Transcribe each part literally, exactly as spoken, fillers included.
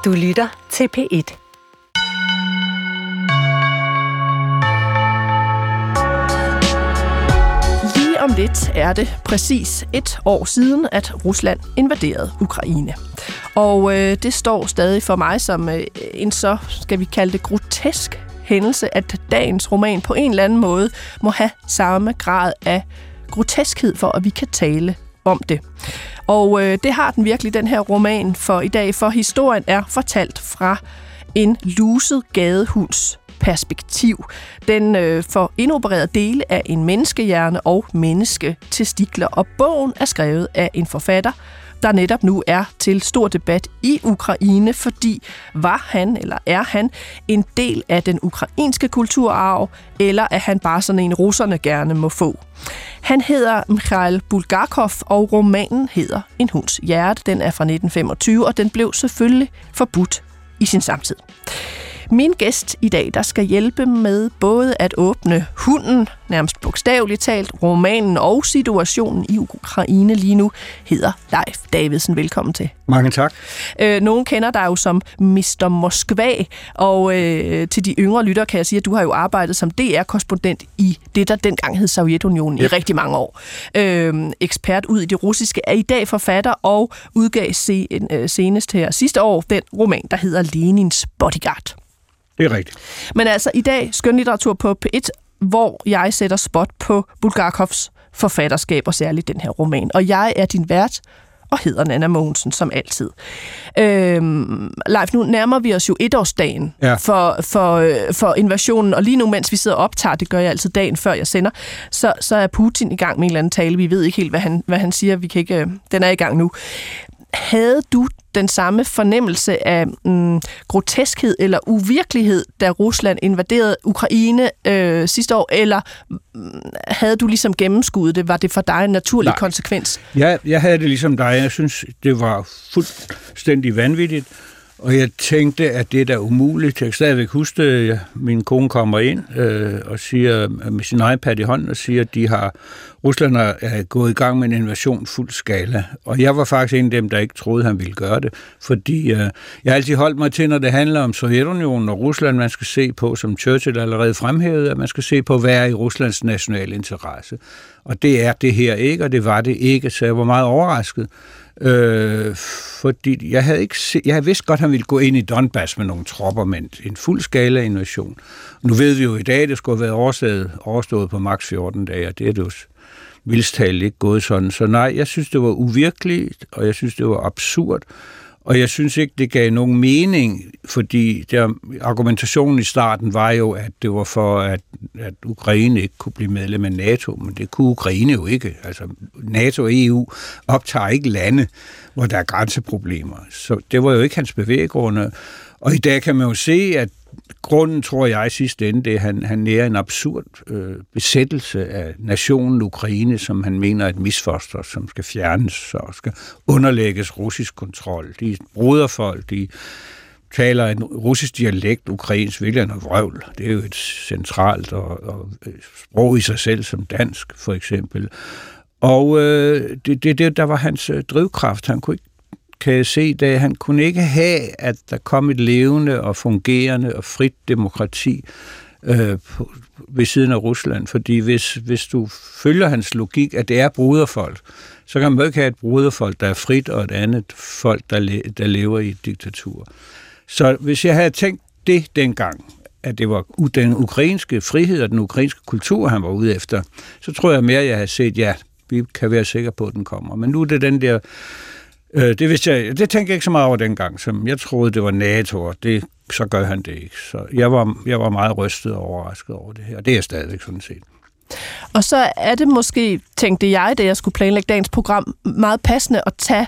Du lytter til P et. Lige om lidt er det præcis et år siden, at Rusland invaderede Ukraine. Og øh, det står stadig for mig som øh, en så, skal vi kalde det, grotesk hændelse, at dagens roman på en eller anden måde må have samme grad af groteskhed for, at vi kan tale om det. Og øh, det har den virkelig, den her roman, for i dag, for historien er fortalt fra en luset gadehunds perspektiv. Den øh, får indopereret dele af en menneskehjerne og mennesketestikler, og bogen er skrevet af en forfatter, der netop nu er til stor debat i Ukraine, fordi var han, eller er han, en del af den ukrainske kulturarv, eller er han bare sådan en, russerne gerne må få? Han hedder Mikhail Bulgakov, og romanen hedder En hunds hjerte. Den er fra nitten femogtyve, og den blev selvfølgelig forbudt i sin samtid. Min gæst i dag, der skal hjælpe med både at åbne hunden, nærmest bogstaveligt talt, romanen og situationen i Ukraine lige nu, hedder Leif Davidsen. Velkommen til. Mange tak. Øh, nogen kender dig jo som mister Moskva, og øh, til de yngre lyttere kan jeg sige, at du har jo arbejdet som D R-korrespondent i det, der dengang hed Sovjetunionen yep. i rigtig mange år. Øh, ekspert ud i det russiske, er i dag forfatter og udgav se, øh, senest her sidste år den roman, der hedder Lenins Bodyguard. Det er rigtigt. Men altså i dag skønlitteratur på P et, hvor jeg sætter spot på Bulgakovs forfatterskab, og særligt den her roman. Og jeg er din vært, og hedder Nanna Mogensen, som altid. Øhm, Leif, nu nærmer vi os jo etårsdagen ja. for, for, for invasionen, og lige nu, mens vi sidder og optager, det gør jeg altid dagen før jeg sender, så, så er Putin i gang med en eller anden tale. Vi ved ikke helt, hvad han, hvad han siger. Vi kan ikke, den er i gang nu. Havde du den samme fornemmelse af mm, groteskhed eller uvirkelighed, da Rusland invaderede Ukraine øh, sidste år, eller mm, havde du ligesom gennemskuddet det? Var det for dig en naturlig Nej. konsekvens? Ja, jeg havde det ligesom dig. Jeg synes, det var fuldstændig vanvittigt, og jeg tænkte, at det er da umuligt. Jeg kan stadigvæk huske det. Min kone kommer ind øh, og siger med sin iPad i hånden og siger, at de har Rusland er gået i gang med en invasion fuld skala. Og jeg var faktisk en af dem, der ikke troede, han ville gøre det. Fordi øh, jeg har altid holdt mig til, når det handler om Sovjetunionen og Rusland, man skal se på, som Churchill allerede fremhævede, at man skal se på, hvad er i Ruslands nationale interesse. Og det er det her ikke, og det var det ikke, så jeg var meget overrasket. Øh, fordi jeg havde ikke se, jeg havde vidst godt, at han ville gå ind i Donbass med nogle tropper, men en fuld skala invasion. Nu ved vi jo i dag, at det skulle have været overstået, overstået på maks fjorten dage, og det er det jo vildstalt ikke gået sådan. Så nej, jeg synes, det var uvirkeligt, og jeg synes, det var absurd, og jeg synes ikke, det gav nogen mening, fordi der, argumentationen i starten var jo, at det var for, at, at Ukraine ikke kunne blive medlem af NATO, men det kunne Ukraine jo ikke. Altså, NATO og E U optager ikke lande, hvor der er grænseproblemer. Så det var jo ikke hans bevæggrunde. Og i dag kan man jo se, at grunden, tror jeg, i sidste ende, det er, at han, han nærer en absurd øh, besættelse af nationen Ukraine, som han mener er et misfoster, som skal fjernes og skal underlægges russisk kontrol. De er broderfolk, de taler en russisk dialekt, ukrainsk, virkelig er noget vrøvl. Det er jo et centralt og, og sprog i sig selv, som dansk, for eksempel. Og øh, det, det, det, der var hans øh, drivkraft. Han kunne ikke kan jeg se, at han kunne ikke have, at der kom et levende og fungerende og frit demokrati øh, på, ved siden af Rusland. Fordi hvis, hvis du følger hans logik, at det er broderfolk, så kan man jo ikke have et broderfolk, der er frit, og et andet folk, der, le, der lever i et diktatur. Så hvis jeg havde tænkt det dengang, at det var den ukrainske frihed og den ukrainske kultur, han var ude efter, så tror jeg mere, at jeg havde set, ja, vi kan være sikre på, at den kommer. Men nu er det den der Det, vidste jeg, det tænkte jeg ikke så meget over dengang, som jeg troede, det var NATO, og det, så gør han det ikke. Så jeg var, jeg var meget rystet og overrasket over det her, og det er jeg stadigvæk sådan set. Og så er det måske, tænkte jeg, da jeg skulle planlægge dagens program, meget passende at tage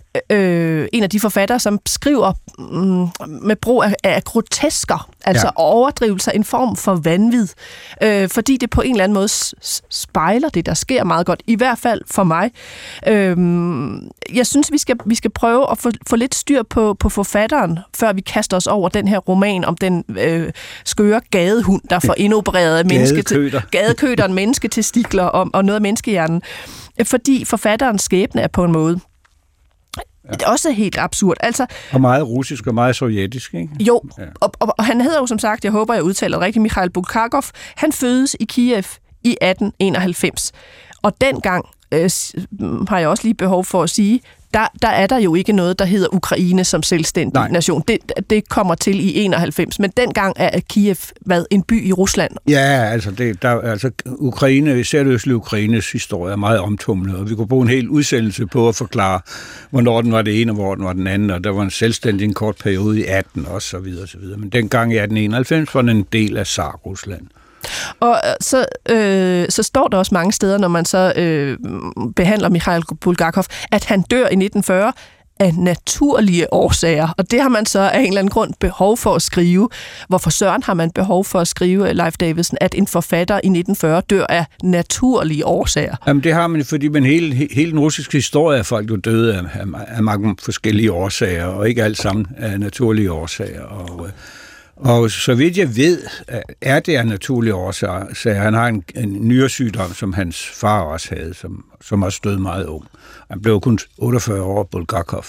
øh, en af de forfattere, som skriver mm, med brug af, af grotesker, altså ja. overdrivelser, en form for vanvid, øh, fordi det på en eller anden måde spejler det, der sker meget godt, i hvert fald for mig. Øh, jeg synes, vi skal, vi skal prøve at få, få lidt styr på, på forfatteren, før vi kaster os over den her roman om den øh, skøre gadehund, der får indopereret menneske til, gadekøteren, mennesketestikler og, og noget af menneskehjernen. Fordi forfatterens skæbne er på en måde Ja. Det er også helt absurd. Altså, og meget russisk og meget sovjetisk, ikke? Jo, ja. og, og, og han hedder jo som sagt, jeg håber, jeg udtaler rigtigt, Mikhail Bulgakov. Han fødes i Kiev i atten enoghalvfems. Og dengang, øh, har jeg også lige behov for at sige, der, der er der jo ikke noget, der hedder Ukraine som selvstændig Nej. nation. Det, det kommer til i enoghalvfems, men dengang er Kiev været en by i Rusland. Ja, altså, det, der, altså Ukraine, især det østlige Ukraines historie er meget omtumlet, og vi kunne bruge en hel udsendelse på at forklare, hvornår den var det ene, og hvor den var den anden, og der var en selvstændig en kort periode i atten, og så videre, og så videre. Men dengang i atten enoghalvfems var den en del af Tsar-Rusland. Og så, øh, så står der også mange steder, når man så øh, behandler Mikhail Bulgakov, at han dør i nitten fyrre af naturlige årsager. Og det har man så af en eller anden grund behov for at skrive. Hvorfor søren har man behov for at skrive, Leif Davidsen, at en forfatter i nitten fyrre dør af naturlige årsager? Jamen det har man, fordi man hele, hele den russiske historie er folk jo døde af, af mange forskellige årsager, og ikke alt sammen af naturlige årsager. Og Og så vidt jeg ved, er det af naturlige årsager. Han har en, en nyresygdom, som hans far også havde, som, som også døde meget ung. Han blev kun otteogfyrre år, Bulgakov.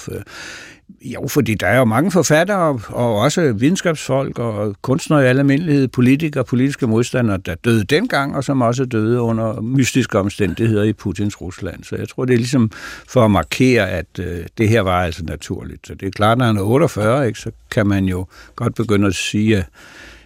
Jo, fordi der er jo mange forfattere, og også videnskabsfolk, og kunstnere i al almindelighed, politikere, politiske modstandere, der døde dengang, og som også døde under mystiske omstændigheder i Putins Rusland. Så jeg tror, det er ligesom for at markere, at øh, det her var altså naturligt. Så det er klart, når han er otteogfyrre, ikke, så kan man jo godt begynde at sige, at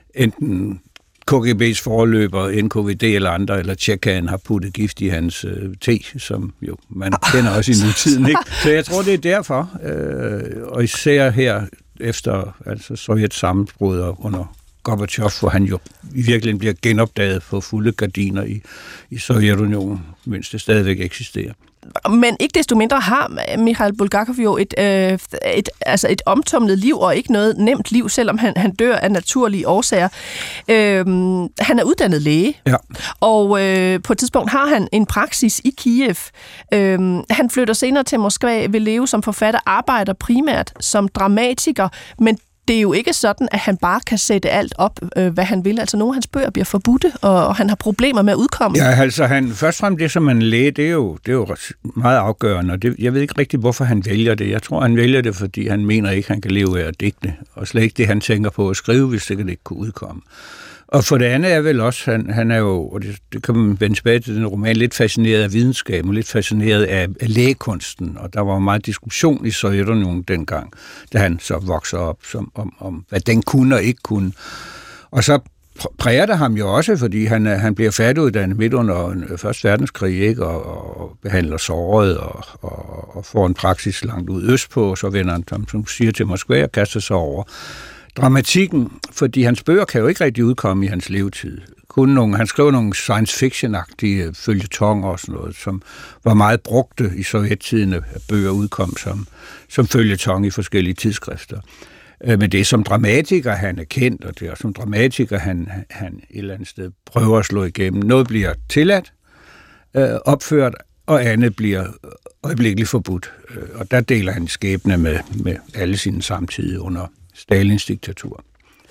enten K G B's forløber, N K V D eller andre, eller Tjekkaen har puttet gift i hans øh, te, som jo man kender også i nutiden, ikke? Så jeg tror, det er derfor. Øh, og især her efter altså Sovjets sammenbrud under Gorbachev, hvor han jo i virkeligheden bliver genopdaget på fulde gardiner i, i Sovjetunionen, mens det stadigvæk eksisterer. Men ikke desto mindre har Mikhail Bulgakov jo et, øh, et, altså et omtumlet liv, og ikke noget nemt liv, selvom han, han dør af naturlige årsager. Øh, han er uddannet læge, ja. og øh, på et tidspunkt har han en praksis i Kiev. Øh, han flytter senere til Moskva, vil leve som forfatter, arbejder primært som dramatiker, men det er jo ikke sådan, at han bare kan sætte alt op, øh, hvad han vil. Altså nogle af hans bøger bliver forbudte, og, og han har problemer med at udkomme. Ja, altså han, først og fremmest det, som man læger, det er jo, det er jo meget afgørende, og det, jeg ved ikke rigtig, hvorfor han vælger det. Jeg tror, han vælger det, fordi han mener ikke, han kan leve af at digte, og slet ikke det, han tænker på at skrive, hvis det kan ikke kunne udkomme. Og for det andet er vel også, han, han er jo, og det, det kan man vende tilbage til den roman, lidt fascineret af videnskaben, lidt fascineret af, af lægekunsten, og der var meget diskussion i Sovjetunionen dengang, da han så voksede op, som, om, om hvad den kunne og ikke kunne. Og så præger det ham jo også, fordi han, han bliver færdiguddannet midt under første verdenskrig, ikke? Og, og behandler såret og, og, og får en praksis langt ud østpå, og så vender han, som, som siger, til Moskva og kaster sig over dramatikken, fordi hans bøger kan jo ikke rigtig udkomme i hans levetid. Kun nogle, han skrev nogle science fiction-agtige følgetonger og sådan noget, som var meget brugte i sovjettiden, at bøger udkom som, som følgetong i forskellige tidsskrifter. Men det er som dramatiker, han er kendt, og det er som dramatiker, han, han et eller andet sted prøver at slå igennem. Noget bliver tilladt, øh, opført, og andet bliver øjeblikkeligt forbudt. Og der deler han skæbne med, med alle sine samtidige under Stalins diktatur.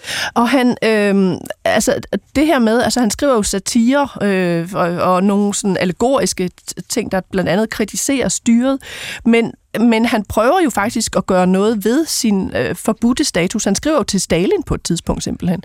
Og han, øh, altså det her med, altså han skriver jo satire øh, og, og nogle sådan allegoriske ting, der blandt andet kritiserer styret, men, men han prøver jo faktisk at gøre noget ved sin øh, forbudte status. Han skriver jo til Stalin på et tidspunkt simpelthen.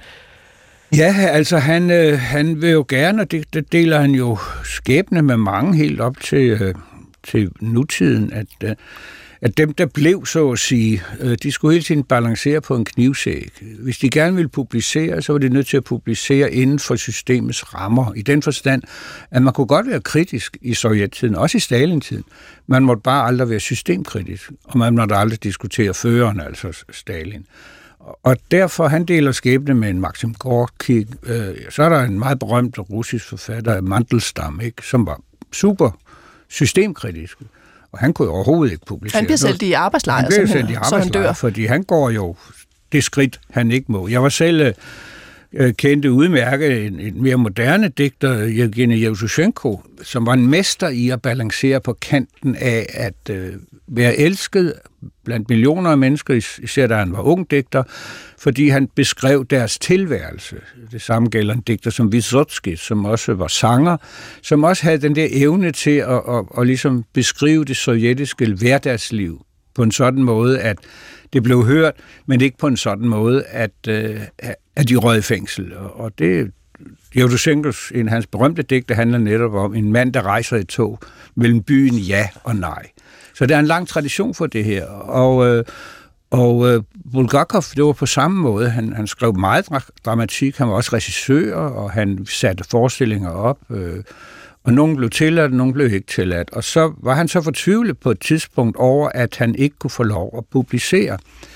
Ja, altså han, øh, han vil jo gerne, og det, det deler han jo skæbne med mange helt op til, øh, til nutiden, at øh, at dem, der blev, så at sige, de skulle hele tiden balancere på en knivsæg. Hvis de gerne ville publicere, så var de nødt til at publicere inden for systemets rammer. I den forstand, at man kunne godt være kritisk i sovjettiden, også i Stalin-tiden. Man måtte bare aldrig være systemkritisk, og man måtte aldrig diskutere føreren, altså Stalin. Og derfor, han deler skæbne med en Maxim Gorki. Så er der en meget berømt russisk forfatter, Mandelstam, ikke, som var super systemkritisk. Og han kunne jo overhovedet ikke publicere. Han bliver sendt i arbejdslejr, han bliver sendt i arbejdslejr, fordi han går jo det skridt, han ikke må. Jeg var selv øh, kendte udmærket en, en mere moderne digter, Evgeni Yevtushenko, som var en mester i at balancere på kanten af at øh, være elsket blandt millioner af mennesker, især da han var ung digter, fordi han beskrev deres tilværelse. Det samme gælder en digter som Vysotsky, som også var sanger, som også havde den der evne til at, at, at, at ligesom beskrive det sovjetiske hverdagsliv på en sådan måde, at det blev hørt, men ikke på en sådan måde, at, øh, at de røg i fængsel. Og det, Jevtusenkos, en af hans berømte digte, handler netop om en mand, der rejser i tog mellem byen ja og nej. Så der er en lang tradition for det her, og... Øh, Og øh, Bulgakov, det var på samme måde. Han, han skrev meget dra- dramatik, han var også regissør, og han satte forestillinger op. Øh, og nogle blev tilladt, og nogle blev ikke tilladt. Og så var han så fortvivlet på et tidspunkt over, at han ikke kunne få lov at publicere.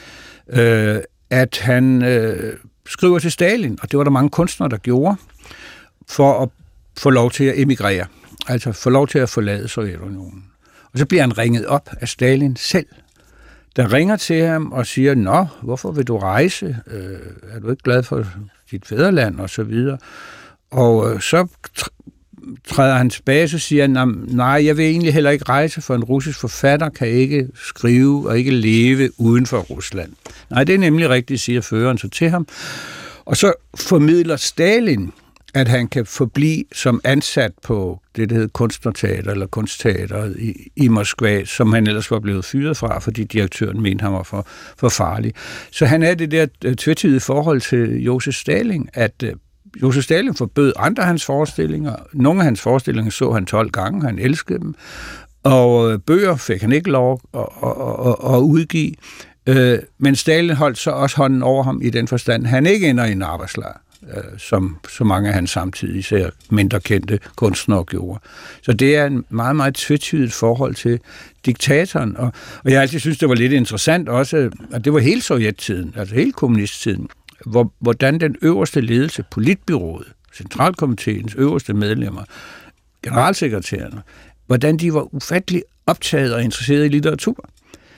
Øh, at han øh, skriver til Stalin, og det var der mange kunstnere, der gjorde, for at få lov til at emigrere. Altså få lov til at forlade Sovjetunionen. Og så bliver han ringet op af Stalin selv, der ringer til ham og siger, nå, hvorfor vil du rejse? Øh, er du ikke glad for dit fædreland? Og så videre. Og øh, så træder han tilbage, og så siger han, nej, jeg vil egentlig heller ikke rejse, for en russisk forfatter kan ikke skrive og ikke leve uden for Rusland. Nej, det er nemlig rigtigt, siger føreren så til ham. Og så formidler Stalin, at han kan forblive som ansat på det, der hedder kunstnerteater eller kunstteateret i, i Moskva, som han ellers var blevet fyret fra, fordi direktøren mente, han var for, for farlig. Så han havde det der tvetydige forhold til Josef Stalin, at uh, Josef Stalin forbød andre af hans forestillinger. Nogle af hans forestillinger så han tolv gange, han elskede dem, og uh, bøger fik han ikke lov at, at, at, at udgive. Uh, men Stalin holdt så også hånden over ham i den forstand, han ikke ender i en arbejdslejr, som så mange af hans samtidig, især mindre kendte kunstnere gjorde. Så det er en meget, meget tvetydigt forhold til diktatoren, og, og jeg altid synes, det var lidt interessant også, at det var hele sovjettiden, altså hele kommunisttiden, hvor, hvordan den øverste ledelse, politbyrået, centralkomiteens øverste medlemmer, generalsekretærerne, hvordan de var ufattelig optaget og interesseret i litteratur.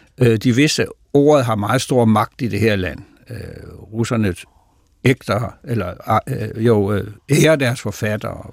De vidste, at ordet har meget stor magt i det her land. Russerne ægter, eller øh, jo, øh, ærer deres forfattere, og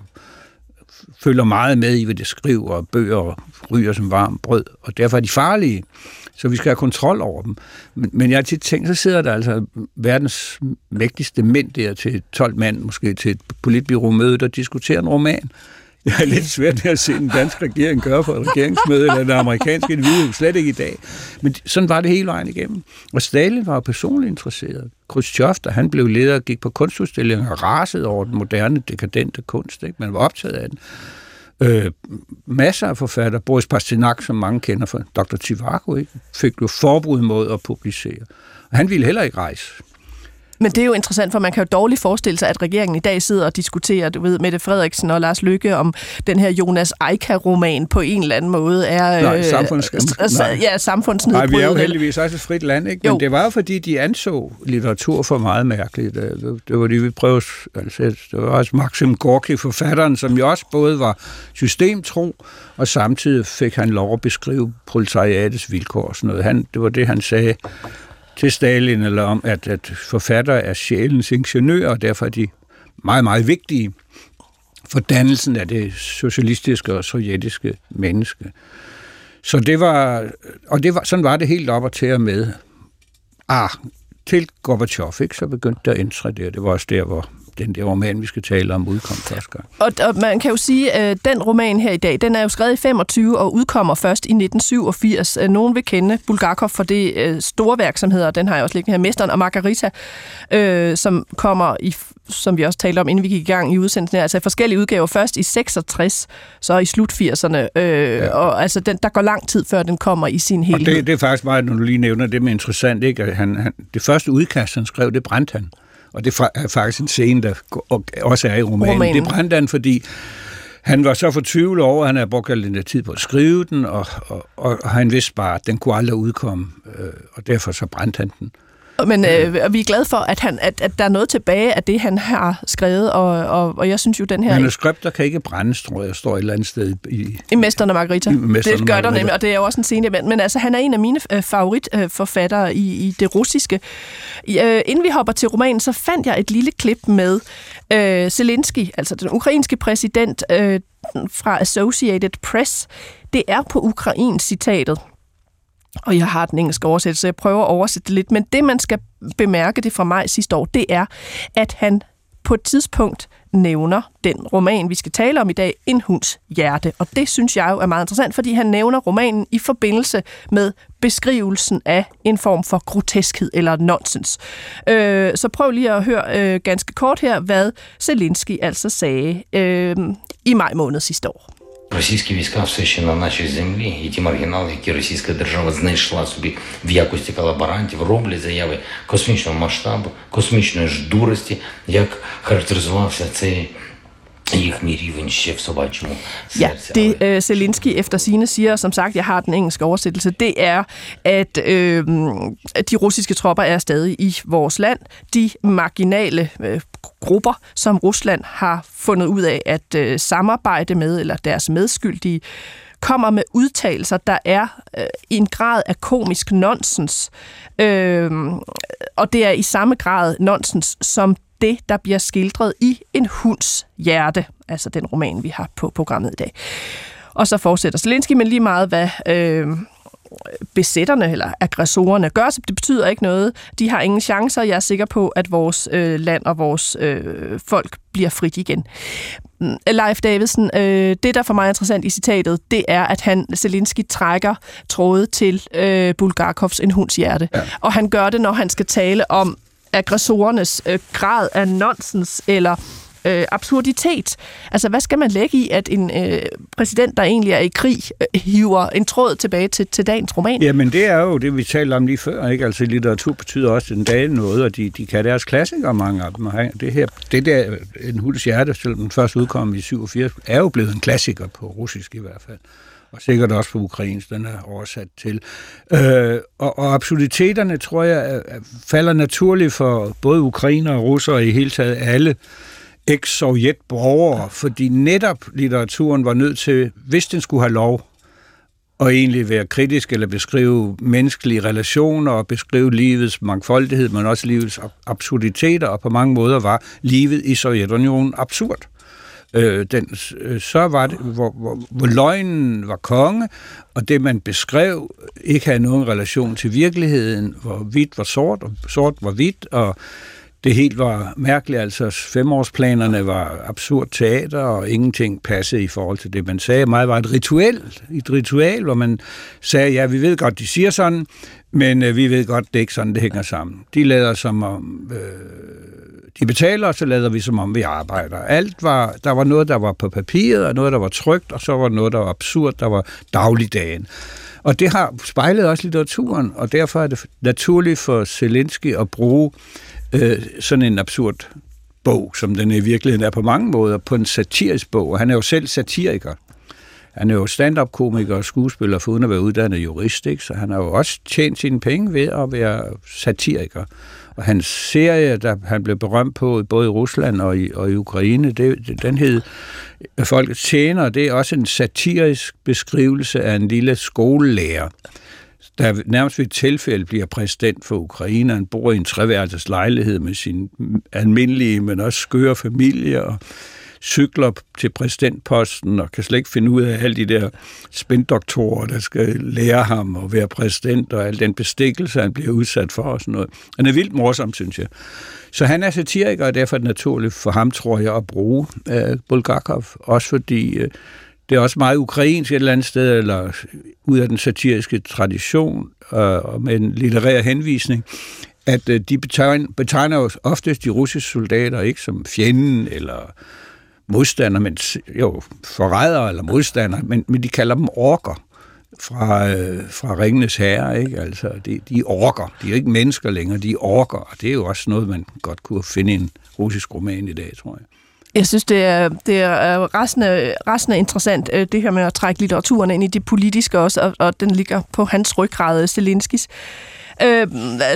følger meget med i, hvad de skriver, og bøger og ryger som varmt brød, og derfor er de farlige, så vi skal have kontrol over dem. Men, men jeg har tit tænkt, så sidder der altså verdens mægtigste mænd der til tolv mand, måske til et politbyråmøde, der diskuterer en roman. Jeg er lidt svært ved at se den danske regering gøre på et regeringsmøde, eller den amerikanske, det ved slet ikke i dag. Men sådan var det hele vejen igennem. Og Stalin var personligt interesseret. Khrushchev, da han blev leder, gik på kunstudstillinger og rasede over den moderne, dekadente kunst. Ikke? Man var optaget af den. Øh, masser af forfattere, Boris Pasternak, som mange kender fra doktor Zhivago, ikke? Fik jo forbud mod at publicere. Og han ville heller ikke rejse. Men det er jo interessant, for man kan jo dårligt forestille sig, at regeringen i dag sidder og diskuterer, du ved, Mette Frederiksen og Lars Løkke, om den her Jonas Eika-roman på en eller anden måde er... Nej, samfundsskam. Øh, ja, samfundsnedbrydende. Nej, vi er jo heldigvis også et frit land, ikke? Men jo. Det var jo, fordi de anså litteratur for meget mærkeligt. Det, det var det, vi prøvede at sætte. Det var også Maxim Gorki, forfatteren, som jo også både var systemtro, og samtidig fik han lov at beskrive proletariatets vilkår og sådan noget. Han, det var det, han sagde til Stalin, eller om, at, at forfattere er sjælens ingeniører, og derfor er de meget, meget vigtige for dannelsen af det socialistiske og sovjetiske menneske. Så det var, og det var, sådan var det helt op og til og med. Ah, til Gorbachev, ikke? Så begyndte der at ændre det, det var også der, hvor den der roman, vi skal tale om, udkom første gang. Og, og man kan jo sige, at den roman her i dag, den er jo skrevet i femogtyve og udkommer først i nitten syvogfirs. Nogen vil kende Bulgakov for det store værksomheder, den har jeg også liggende her, Mesteren og Margarita, øh, som kommer i, som vi også talte om, inden vi gik i gang i udsendelsen her, altså forskellige udgaver, først i seksogtres, så i slut firserne, øh, ja. Og altså den, der går lang tid, før den kommer i sin helhed. Og det, det er faktisk meget, når du lige nævner det med interessant, ikke? At han, han, det første udkast, han skrev, det brændte han. Og det er faktisk en scene, der også er i romanen. romanen. Det brændte han, fordi han var så fortvivlet over, at han havde brugt den der tid på at skrive den, og, og, og han vidste bare, at den kunne aldrig udkomme, øh, og derfor så brændte han den. Men øh, vi er glade for, at, han, at, at der er noget tilbage af det, han har skrevet, og, og, og jeg synes jo, den her... Manuskripter kan ikke brændes, tror jeg, står et eller andet sted i... I Mesteren og Margarita. I Mesteren det gør der nemlig, og det er jo også en scene. Men, men altså, han er en af mine øh, favoritforfattere øh, i, i det russiske. Øh, inden vi hopper til romanen, så fandt jeg et lille klip med øh, Zelensky, altså den ukrainske præsident øh, fra Associated Press. Det er på ukrainsk citatet. Og jeg har den engelske oversættelse, så jeg prøver at oversætte det lidt. Men det, man skal bemærke det fra mig sidste år, det er, at han på et tidspunkt nævner den roman, vi skal tale om i dag, En hunds hjerte. Og det synes jeg jo er meget interessant, fordi han nævner romanen i forbindelse med beskrivelsen af en form for groteskhed eller nonsens. Øh, så prøv lige at høre øh, ganske kort her, hvad Zelensky altså sagde øh, i maj måned sidste år. Російські війська все ще на нашій землі, і ті маргінали, які російська держава знайшла собі в якості колаборантів, роблять заяви космічного масштабу, космічної ж дурості, як характеризувався цей їхній рівень ще в собачому серці. Ja, det uh, Zelensky efter sigende siger, som sagt, jeg har den engelske oversættelse, det er, at øh, de russiske tropper er stadig i vores land. De marginale øh, grupper, som Rusland har fundet ud af at øh, samarbejde med, eller deres medskyldige, kommer med udtalelser, der er øh, i en grad af komisk nonsens. Øh, og det er i samme grad nonsens som det, der bliver skildret i En hunds hjerte, altså den roman, vi har på programmet i dag. Og så fortsætter Zelensky, men lige meget, hvad øh, besætterne eller aggressorerne gør, så det betyder ikke noget. De har ingen chancer. Jeg er sikker på, at vores øh, land og vores øh, folk bliver frit igen. Leif Davidsen, øh, det der for mig er interessant i citatet, det er, at han, Zelensky, trækker tråde til øh, Bulgakovs En hunds hjerte. Ja. Og han gør det, når han skal tale om aggressorernes øh, grad af nonsens eller øh, absurditet. Altså, hvad skal man lægge i, at en øh, præsident, der egentlig er i krig, øh, hiver en tråd tilbage til, til dagens roman? Jamen, det er jo det, vi talte om lige før, ikke? Altså, litteratur betyder også den dag noget, og de, de kan deres klassikere, mange af dem. Det her, det der, En hunds hjerte, selvom den først udkom i syvogfirs, er jo blevet en klassiker på russisk i hvert fald. Og sikkert også på ukrainsk, den er oversat til. Øh, og, og absurditeterne, tror jeg, falder naturligt for både ukrainere og russere og i hele taget alle eks-sovjet-borgere, fordi netop litteraturen var nødt til, hvis den skulle have lov, at egentlig være kritisk eller beskrive menneskelige relationer og beskrive livets mangfoldighed, men også livets absurditeter, og på mange måder var livet i Sovjetunionen absurd. Øh, den, så var det, hvor, hvor, hvor løgnen var konge, og det, man beskrev, ikke havde nogen relation til virkeligheden, hvor hvidt var sort, og sort var hvidt, og det helt var mærkeligt. Altså, femårsplanerne var absurd teater, og ingenting passede i forhold til det, man sagde. Meget var et ritual, et ritual, hvor man sagde, ja, vi ved godt, de siger sådan, men øh, vi ved godt, det er ikke sådan, det hænger sammen. De lader som om... Øh, De betaler, og så lader vi som om, vi arbejder. Alt var, der var noget, der var på papiret, og noget, der var trykt, og så var noget, der var absurd, der var dagligdagen. Og det har spejlet også litteraturen, og derfor er det naturligt for Zelensky at bruge øh, sådan en absurd bog, som den i virkeligheden er på mange måder, på en satirisk bog. Og han er jo selv satiriker. Han er jo stand-up-komiker og skuespiller, for uden at være uddannet jurist, ikke? Så han har jo også tjent sine penge ved at være satiriker. Og hans serie, der han blev berømt på, både i Rusland og i, og i Ukraine, det, den hed Folkets Tjener, det er også en satirisk beskrivelse af en lille skolelærer, der nærmest ved et tilfælde bliver præsident for Ukraine. Han bor i en treværelses lejlighed med sin almindelige, men også skøre familie, og cykler til præsidentposten og kan slet ikke finde ud af alle de der spindoktorer, der skal lære ham at være præsident, og al den bestikkelse, han bliver udsat for og sådan noget. Han er vildt morsom, synes jeg. Så han er satiriker, og derfor er det naturligt for ham, tror jeg, at bruge uh, Bulgakov. Også fordi uh, det er også meget ukrainsk et eller andet sted, eller ud af den satiriske tradition, uh, og med en litterær henvisning, at uh, de betegner, betegner jo oftest de russiske soldater ikke som fjenden, eller modstander, men jo, forrædere eller modstander, men, men de kalder dem orker fra, øh, fra Ringenes Herre, ikke? Altså, de, de er orker. De er ikke mennesker længere, de er orker, og det er jo også noget, man godt kunne finde i en russisk roman i dag, tror jeg. Jeg synes, det er, det er resten, resten er interessant, det her med at trække litteraturen ind i det politiske også, og, og den ligger på hans ryggrad, Zelenskys. Øh,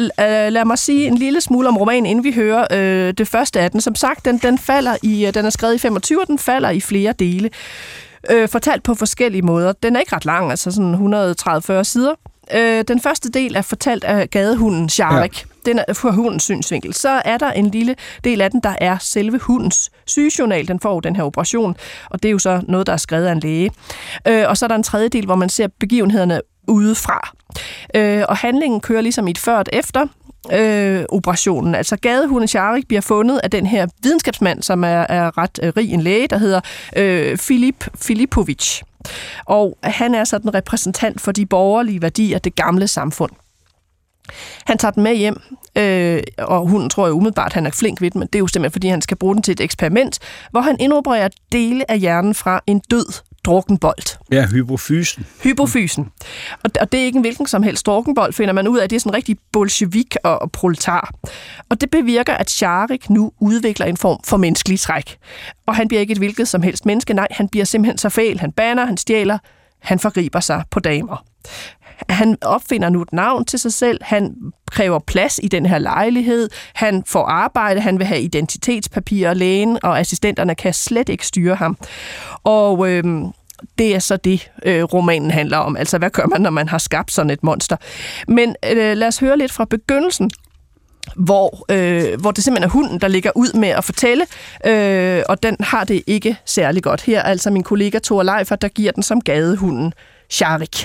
lad mig sige en lille smule om romanen, inden vi hører øh, det første af den. Som sagt, den, den falder i, den er skrevet i femogtyve, og den falder i flere dele. Øh, fortalt på forskellige måder. Den er ikke ret lang, altså sådan et hundrede og tredive til fyrre sider. Øh, den første del er fortalt af gadehunden Sharek. Ja. Den er fra hundens synsvinkel. Så er der en lille del af den, der er selve hundens sygejournal. Den får den her operation, og det er jo så noget, der er skrevet af en læge. Øh, og så er der en tredje del, hvor man ser begivenhederne udefra. Øh, og handlingen kører ligesom i et før og et efter. øh, operationen. Altså gadehunden Sharik bliver fundet af den her videnskabsmand, som er, er ret øh, rig en læge, der hedder øh, Filip Filipovic. Og han er sådan en repræsentant for de borgerlige værdier af det gamle samfund. Han tager den med hjem, øh, og hunden tror jeg umiddelbart, han er flink ved den, men det er jo simpelthen, fordi han skal bruge den til et eksperiment, hvor han indopererer dele af hjernen fra en død drukkenbold. Ja, hypofysen. Hypofysen. Og, og det er ikke en hvilken som helst drukkenbold, finder man ud af. Det er sådan rigtig bolsjevik og, og proletar. Og det bevirker, at Sharik nu udvikler en form for menneskelig træk. Og han bliver ikke et hvilket som helst menneske. Nej, han bliver simpelthen så fæl. Han banner, han stjæler, han forgriber sig på damer. Han opfinder nu et navn til sig selv, han kræver plads i den her lejlighed, han får arbejde, han vil have identitetspapirer, lægen og assistenterne kan slet ikke styre ham. Og øhm, det er så det, øh, romanen handler om. Altså, hvad gør man, når man har skabt sådan et monster? Men øh, lad os høre lidt fra begyndelsen, hvor, øh, hvor det simpelthen er hunden, der ligger ud med at fortælle, øh, og den har det ikke særlig godt. Her er altså min kollega Thor Leifer, der giver den som gadehunden Sharik.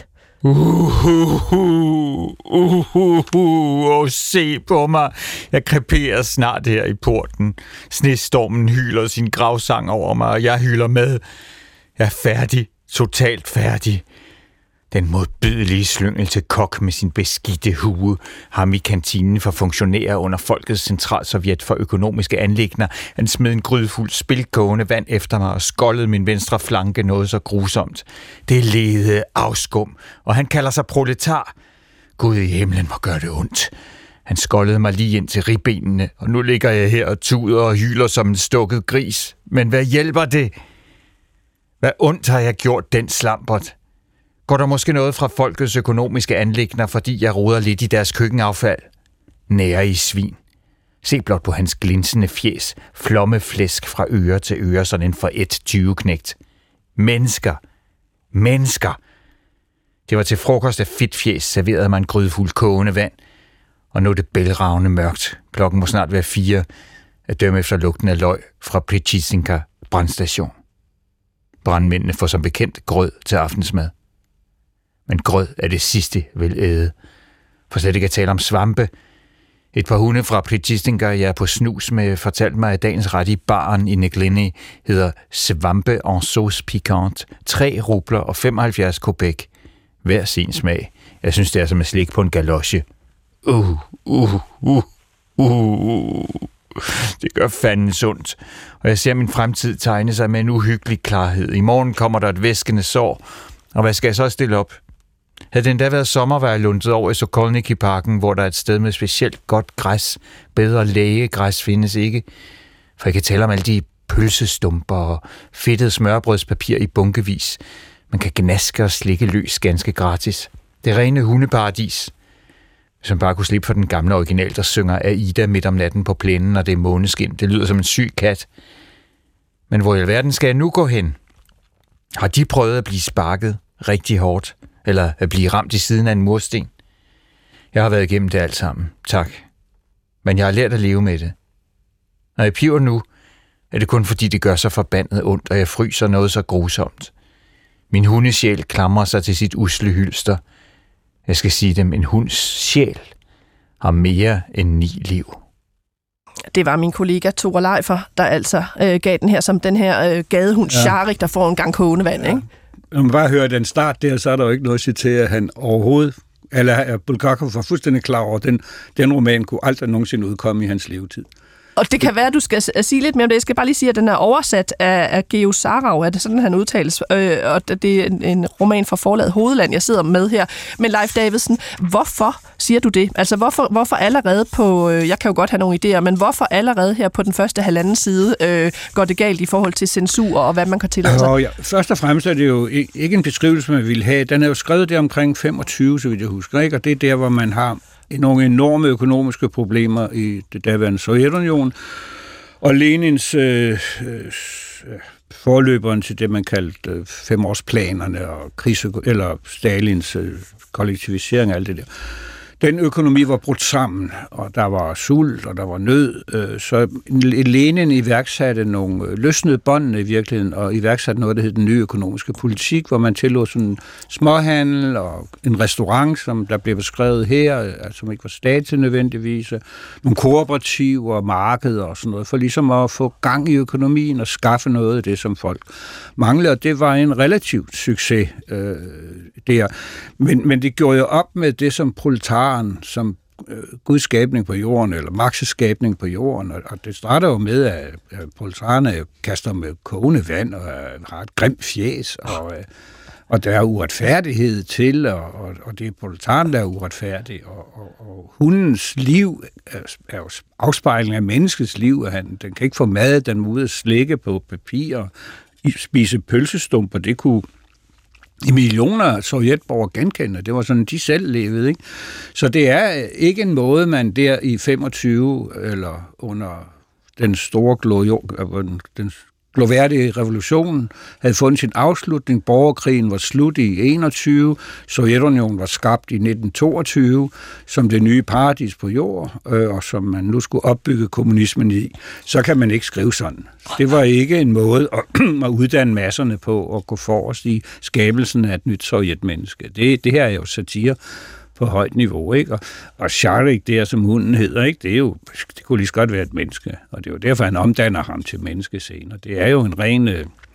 Uhuhu, uhuhu, oh, se på mig. Jeg kreperer snart her i porten. Snestormen hyler sin gravsang over mig, og jeg hyler med. Jeg er færdig, totalt færdig. Den modbydelige slyngel til kok med sin beskidte hue ham i kantinen for funktionærer under Folkets Centralsovjet for økonomiske anliggender. Han smed en grydefuld spildkogende vand efter mig og skoldede min venstre flanke noget så grusomt. Det ledede afskum, og han kalder sig proletar. Gud i himlen, hvor gør det ondt. Han skoldede mig lige ind til ribbenene, og nu ligger jeg her og tuder og hyler som en stukket gris. Men hvad hjælper det? Hvad ondt har jeg gjort den slampert? Går der måske noget fra folkets økonomiske anliggender, fordi jeg roder lidt i deres køkkenaffald? Nære i svin. Se blot på hans glinsende fjes, flommeflæsk fra øre til øre, sådan en for et tyveknægt. Mennesker. Mennesker. Det var til frokost af fedtfjes, serverede man en grydefuld kogende vand. Og nu er det bælragende mørkt. Klokken må snart være fire, at dømme efter lugten af løg fra Prichytsinka brandstation. Brandmændene får som bekendt grød til aftensmad. Men grød er det sidste, vil æde. For slet ikke at tale om svampe. Et par hunde fra Prichytsinka, jeg er på snus med, fortalte mig, at dagens ret i baren i Negliny hedder svampe en sauce piquante. tre rubler og femoghalvfjerds kopek. Hver sin smag. Jeg synes, det er som at slikke på en galoche. Uh, uh, uh, uh. Det gør fanden sundt. Og jeg ser min fremtid tegne sig med en uhyggelig klarhed. I morgen kommer der et væskende sår. Og hvad skal jeg så stille op? Havde det endda været sommer, var jeg lundet over i Sokolniki-parken, hvor der er et sted med specielt godt græs. Bedre lægegræs findes ikke. For jeg kan tale om alle de pølsestumper og fedtet smørbrødspapir i bunkevis. Man kan gnaske og slikke løs ganske gratis. Det er rene hundeparadis. Hvis man bare kunne slippe for den gamle original, der synger Aida midt om natten på plænen, når det er måneskin. Det lyder som en syg kat. Men hvor i alverden skal jeg nu gå hen? Har de prøvet at blive sparket rigtig hårdt? Eller at blive ramt i siden af en mursten? Jeg har været igennem det alt sammen, tak. Men jeg har lært at leve med det. Når jeg piver nu, er det kun fordi det gør så forbandet ondt, og jeg fryser noget så grusomt. Min hundesjæl klamrer sig til sit usle hylster. Jeg skal sige dem, en hunds sjæl har mere end ni liv. Det var min kollega Thor Leifer, der altså øh, gav den her som den her øh, gadehund ja. Sharik, der får en gang kogende vand, ja. Ikke? Når man bare hører den start der, så er der jo ikke noget at sige til, at han overhovedet, eller Bulgakov var fuldstændig klar over, at den, den roman kunne aldrig nogensinde udkomme i hans levetid. Og det kan være, at du skal sige lidt mere om det. Jeg skal bare lige sige, at den er oversat af, af Geo Sarau, er det sådan, han udtales. Øh, og det er en, en roman fra forlaget Hovedland, jeg sidder med her. Men Leif Davidsen, hvorfor siger du det? Altså, hvorfor, hvorfor allerede på, øh, jeg kan jo godt have nogle idéer, men hvorfor allerede her på den første halvanden side øh, går det galt i forhold til censur og hvad man kan tillade sig? Ja, først og fremmest er det jo ikke en beskrivelse, man vil have. Den er jo skrevet der omkring femogtyve, så vidt jeg husker, ikke? Og det er der, hvor man har nogle enorme økonomiske problemer i det daværende Sovjetunion, og Lenins øh, øh, forløberen til det, man kaldte øh, femårsplanerne og krigs- eller Stalins øh, kollektivisering og alt det der. den økonomi var brudt sammen, og der var sult, og der var nød. Så Lenin iværksatte nogle, løsnede båndene i virkeligheden, og iværksatte noget, der hed den nye økonomiske politik, hvor man tillod sådan småhandel og en restaurant, som der blev beskrevet her, altså som ikke var statslig nødvendigvis, nogle kooperativer og markeder og sådan noget, for ligesom at få gang i økonomien og skaffe noget af det, som folk manglede, og det var en relativt succes øh, der. Men, men det gjorde jo op med det, som proletaren, som øh, Guds skabning på jorden, eller Marx' skabning på jorden, og, og det starter jo med, at, at proletarerne kaster med kogende vand, og øh, har et grimt fjes, og, øh, og der er uretfærdighed til, og, og, og det er proletaren, der er uretfærdig, og, og, og hundens liv er, er jo afspejling af menneskets liv, og han, den kan ikke få mad, den må ud og slikke på papir, spise pølsestumper, det kunne i millioner af sovjetborgere genkende. Det var sådan, de selv levede, ikke? Så det er ikke en måde, man der i femogtyve, eller under den store glor- den gloværdige revolution, havde fundet sin afslutning. Borgerkrigen var slut i enogtyve. Sovjetunionen var skabt i nitten toogtyve som det nye paradis på jord, øh, og som man nu skulle opbygge kommunismen i. Så kan man ikke skrive sådan. Det var ikke en måde at, at uddanne masserne på at gå forrest i skabelsen af et nyt sovjetmenneske. Det, det her er jo satire på højt niveau, ikke? Og, og Sharik, der som hunden hedder, ikke? Det er jo, det kunne lige så godt være et menneske, og det er jo derfor, han omdanner ham til menneskescener. Det er jo en ren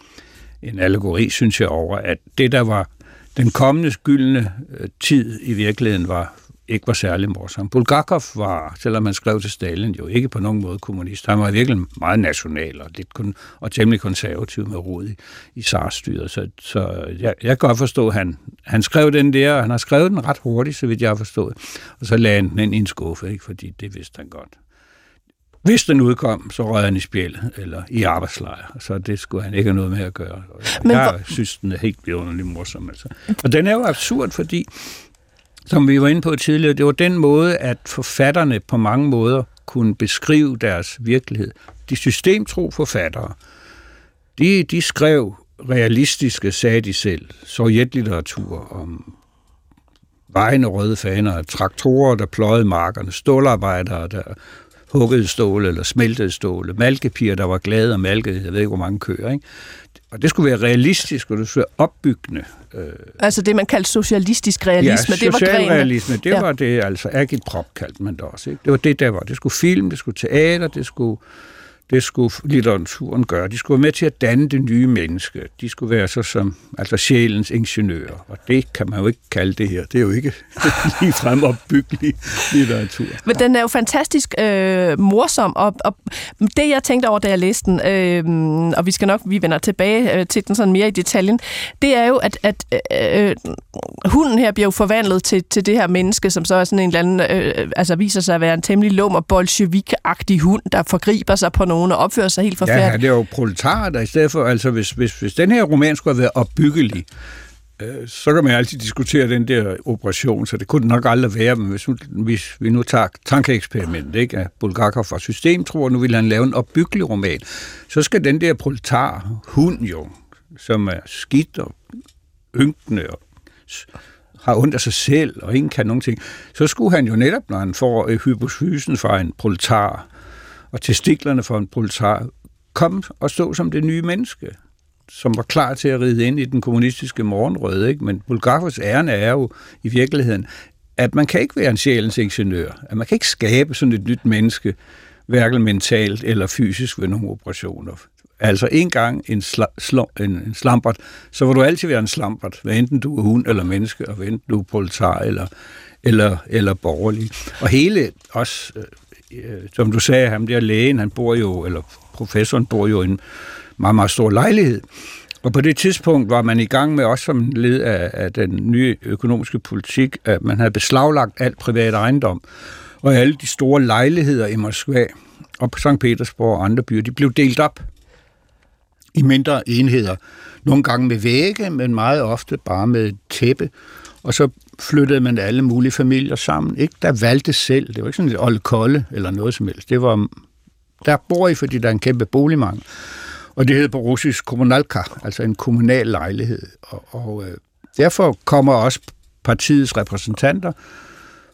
en allegori, synes jeg, over, at det, der var den kommende gyldne tid i virkeligheden, var ikke var særlig morsom. Bulgakov var, selvom han skrev til Stalin, jo ikke på nogen måde kommunist. Han var virkelig meget national og, lidt kun, og temmelig konservativ med rod i, i zarstyret. Så, så jeg, jeg kan godt forstå, at han, han skrev den der, og han har skrevet den ret hurtigt, så vidt jeg har forstået. Og så lagde han den i en skuffe, ikke? Fordi det vidste han godt. Hvis den udkom, så røg han i spjældet, eller i arbejdslejr. Så det skulle han ikke have noget med at gøre. Men jeg for... synes, den er helt vidunderlig morsom. Altså. Og den er jo absurd, fordi som vi var inde på tidligere, det var den måde, at forfatterne på mange måder kunne beskrive deres virkelighed. De systemtro forfattere, de, de skrev realistiske, sagde de selv, sovjetlitteratur om vejende røde faner, traktorer, der pløjede markerne, stålarbejdere, der huggede ståle eller smeltede ståle, malkepiger, der var glade og malkede, jeg ved ikke, hvor mange køer, ikke? Og det skulle være realistisk, og det skulle være opbyggende. Altså det, man kaldte socialistisk realisme, ja, det var grene. realisme, det ja. var det, altså agitprop kaldte man det også, ikke? Det var det, der var. Det skulle film, det skulle teater, det skulle, det skulle litteraturen gøre. De skulle være med til at danne det nye menneske. De skulle være så som, altså sjælens ingeniører. Og det kan man jo ikke kalde det her. Det er jo ikke ligefrem opbyggelig litteratur. Men den er jo fantastisk øh, morsom, og, og det jeg tænkte over, da jeg læste den, øh, og vi skal nok, vi vender tilbage øh, til den sådan mere i detaljen, det er jo, at, at øh, hunden her bliver jo forvandlet til, til det her menneske, som så er sådan en eller anden, øh, altså viser sig at være en temmelig lummer, bolsjevik-agtig hund, der forgriber sig på nogen og opfører sig helt forfærdeligt. Ja, det er jo proletarer, der i stedet for, altså hvis, hvis, hvis den her roman skulle have været opbyggelig, øh, så kan man altid diskutere den der operation, så det kunne det nok aldrig være, men hvis, hvis vi nu tager tankeeksperiment, ikke, at Bulgakov var systemtro, og nu vil han lave en opbyggelig roman, så skal den der proletar hund jo, som er skidt og ynkende og har ondt af sig selv, og ingen kan nogen ting, så skulle han jo netop, når han får hypofysen fra en proletar, og testiklerne for en proletar, kom og stå som det nye menneske, som var klar til at ride ind i den kommunistiske morgenrøde, ikke? Men Bulgakovs ærne er jo i virkeligheden, at man kan ikke være en sjælens ingeniør, at man kan ikke skabe sådan et nyt menneske, hverken mentalt eller fysisk ved nogle operationer. Altså en gang en, sla, sl, en, en slampert, så vil du altid være en slampert, hvad enten du er hund eller menneske, og hvad enten du er proletar eller, eller, eller borgerlig. Og hele os, som du sagde, ham der lægen, han bor jo, eller professoren bor jo i en meget, meget stor lejlighed. Og på det tidspunkt var man i gang med, også som led af, af den nye økonomiske politik, at man havde beslaglagt alt privat ejendom. Og alle de store lejligheder i Moskva og på Sankt Petersborg og andre byer, de blev delt op i mindre enheder. Nogle gange med vægge, men meget ofte bare med et tæppe. Og så flyttede man alle mulige familier sammen. Ikke der valgte selv. Det var ikke sådan et olde-kolde eller noget som helst. Det var, der bor I, fordi der er en kæmpe boligmangel. Og det hedder på russisk kommunalka, altså en kommunal lejlighed. Og, og øh, derfor kommer også partiets repræsentanter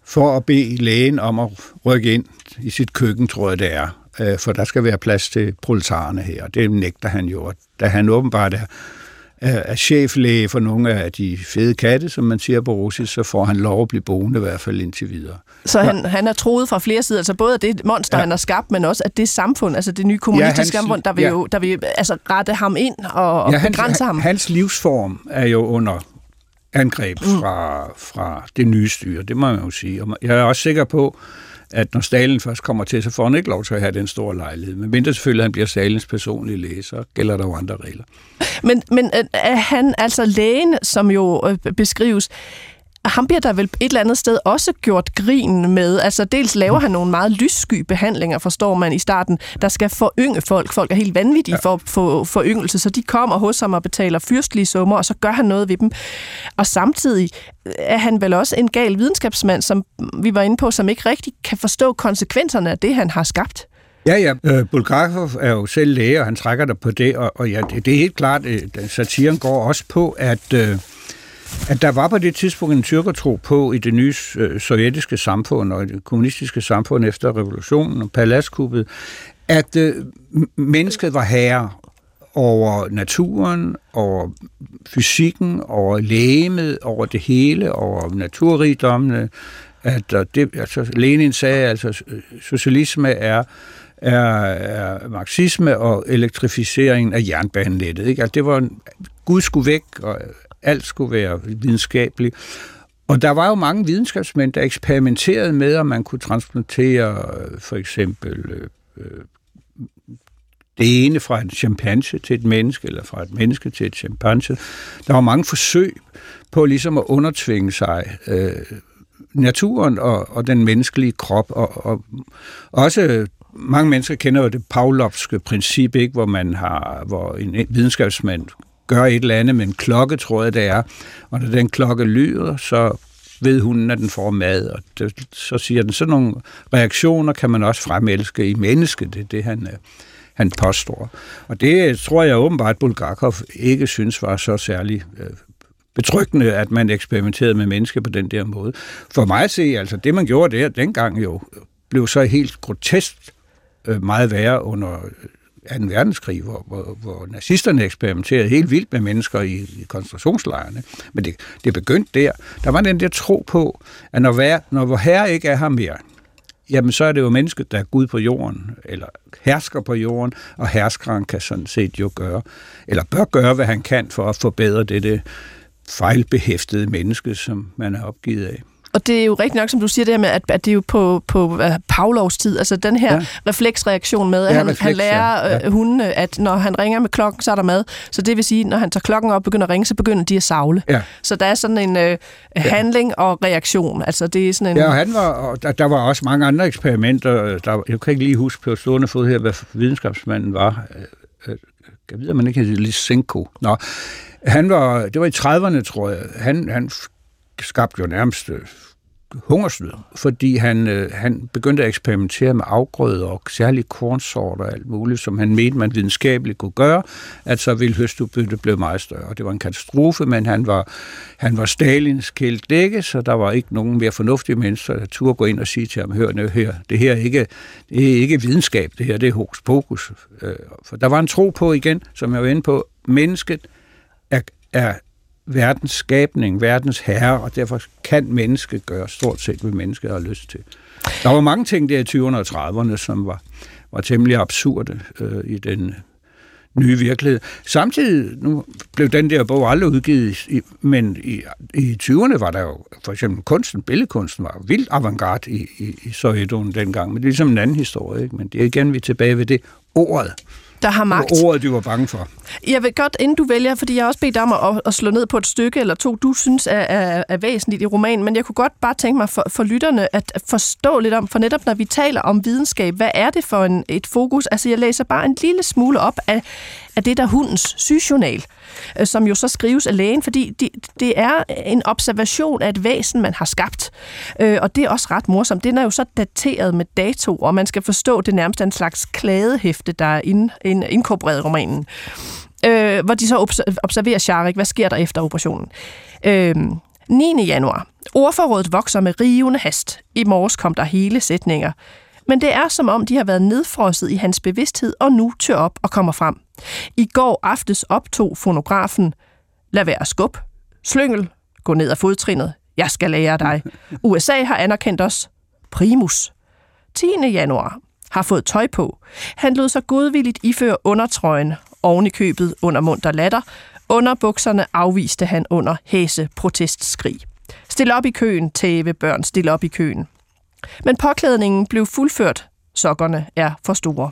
for at bede lægen om at rykke ind i sit køkken, tror jeg det er. For der skal være plads til proletarerne her. Det nægter han jo. Da han åbenbart er, er cheflæge for nogle af de fede katte, som man siger på russisk, så får han lov at blive boende i hvert fald indtil videre. Så han, han er troet fra flere sider, altså både det monster, ja. han har skabt, men også at det samfund, altså det nye kommunistiske ja, samfund, der vil ja. jo der vil, altså, rette ham ind og, og ja, begrænse hans, ham. Hans livsform er jo under angreb fra, mm. fra det nye styre, det må man jo sige. Og jeg er også sikker på, at når Stalin først kommer til, så får han ikke lov til at have den store lejlighed. Men mindre selvfølgelig, han bliver Stalins personlige læge, så gælder der jo andre regler. Men, men er han, altså lægen, som jo beskrives, ham bliver der vel et eller andet sted også gjort grin med. Altså dels laver han nogle meget lyssky behandlinger, forstår man i starten, der skal forynge folk. Folk er helt vanvittige ja. for, for foryngelse, så de kommer hos ham og betaler fyrstlige summer, og så gør han noget ved dem. Og samtidig er han vel også en gal videnskabsmand, som vi var inde på, som ikke rigtig kan forstå konsekvenserne af det, han har skabt. Ja, ja. Øh, Bulgakov er jo selv læge, og han trækker der på det, og, og ja, det, det er helt klart, at satiren går også på, at øh, at der var på det tidspunkt en tyrkertro på i det nye øh, sovjetiske samfund og det kommunistiske samfund efter revolutionen og paladskuppet, at øh, mennesket var herre over naturen, over fysikken, over legemet, over det hele, over naturrigdommene. At øh, det, altså, Lenin sagde, altså socialisme er Er, er marxisme og elektrificeringen af jernbanenettet. Ikke? Altså, det var en, Gud skulle væk, og alt skulle være videnskabeligt. Og der var jo mange videnskabsmænd, der eksperimenterede med, om man kunne transplantere for eksempel øh, det ene fra en chimpanse til et menneske, eller fra et menneske til et chimpanse. Der var mange forsøg på ligesom at undertvinge sig øh, naturen og, og den menneskelige krop, og, og også mange mennesker kender jo det Pavlovske princip, ikke, hvor man har, hvor en videnskabsmand gør et eller andet med en klokke, tror jeg det er, og når den klokke lyder, så ved hunden, at den får mad, og det, så siger den, sådan nogle reaktioner kan man også fremelske i mennesket, det er det, han, han påstår. Og det tror jeg åbenbart, Bulgakov ikke synes var så særlig øh, betryggende, at man eksperimenterede med mennesker på den der måde. For mig at se, altså det man gjorde der dengang jo, blev så helt grotesk meget værre under anden verdenskrig, hvor, hvor, hvor nazisterne eksperimenterede helt vildt med mennesker i, i koncentrationslejrene. Men det, det begyndte der. Der var den der tro på, at når, vær, når vor herre ikke er her mere, jamen så er det jo mennesket, der er Gud på jorden, eller hersker på jorden, og herskeren kan sådan set jo gøre, eller bør gøre, hvad han kan for at forbedre dette fejlbehæftede menneske, som man er opgivet af. Og det er jo rigtigt nok, som du siger det her med, at, at det er jo på, på uh, Pavlovs tid, altså den her ja. refleksreaktion med, at ja, han, refleks, han lærer ja. Ja. hundene, at når han ringer med klokken, så er der mad. Så det vil sige, når han tager klokken op og begynder at ringe, så begynder de at savle. Ja. Så der er sådan en uh, handling ja. og reaktion. Altså det er sådan en... Ja, og han var, og der, der var også mange andre eksperimenter. Der, jeg kan ikke lige huske på stående fod her, hvad videnskabsmanden var. Jeg ved, at man ikke hedder Lysenko. Nå, han var, det var i trediverne, tror jeg. Han, han skabte jo nærmest hungersnød, fordi han, øh, han begyndte at eksperimentere med afgrøder og særlige kornsorter og alt muligt, som han mente, man videnskabeligt kunne gøre, at så ville høstudbyttet blive meget større. Det var en katastrofe, men han var, han var Stalins kældække, så der var ikke nogen mere fornuftige mennesker, der turde gå ind og sige til ham, hør nu her, det her er ikke, det er ikke videnskab, det her det er hokus pokus. For der var en tro på igen, som jeg var inde på, mennesket er, er verdens skabning, verdens herre, og derfor kan mennesket gøre stort set, hvad mennesket har lyst til. Der var mange ting der i tyverne og trediverne, som var, var temmelig absurde øh, i den nye virkelighed. Samtidig, nu blev den der bog aldrig udgivet, i, men i, i tyverne var der jo for eksempel kunsten, billedkunsten var vildt avantgarde i, i, i Sovjetunionen dengang, men det er ligesom en anden historie, ikke? Men det er igen, vi er tilbage ved det ordet. Der har magt. Og ordet, du var bange for. Jeg vil godt, inden du vælger, fordi jeg har også bedt dig om at, at slå ned på et stykke eller to, du synes er, er, er væsentligt i romanen, men jeg kunne godt bare tænke mig for, for lytterne at forstå lidt om, for netop når vi taler om videnskab, hvad er det for en, et fokus? Altså jeg læser bare en lille smule op af, af det der hundens sygejournal, som jo så skrives af lægen, fordi det, det er en observation af et væsen, man har skabt. Og det er også ret morsomt. Den er jo så dateret med dato, og man skal forstå, det nærmest en slags kladehæfte, der er ind, ind, inkorporeret i romanen. Øh, hvor de så observerer Sharik. Hvad sker der efter operationen? Øh, niende januar. Ordforrådet vokser med rivende hast. I morges kom der hele sætninger. Men det er som om, de har været nedfrosset i hans bevidsthed og nu tør op og kommer frem. I går aftes optog fonografen: lad være skub, slyngel, gå ned ad fodtrinnet, jeg skal lære dig. U S A har anerkendt os. Primus. tiende januar. Har fået tøj på. Han lod sig godvilligt iføre undertrøjen, oven i købet under munter latter. Under bukserne afviste han under hæse protestskrig. Stil op i køen, tæve børn, stil op i køen. Men påklædningen blev fuldført. Sokkerne er for store.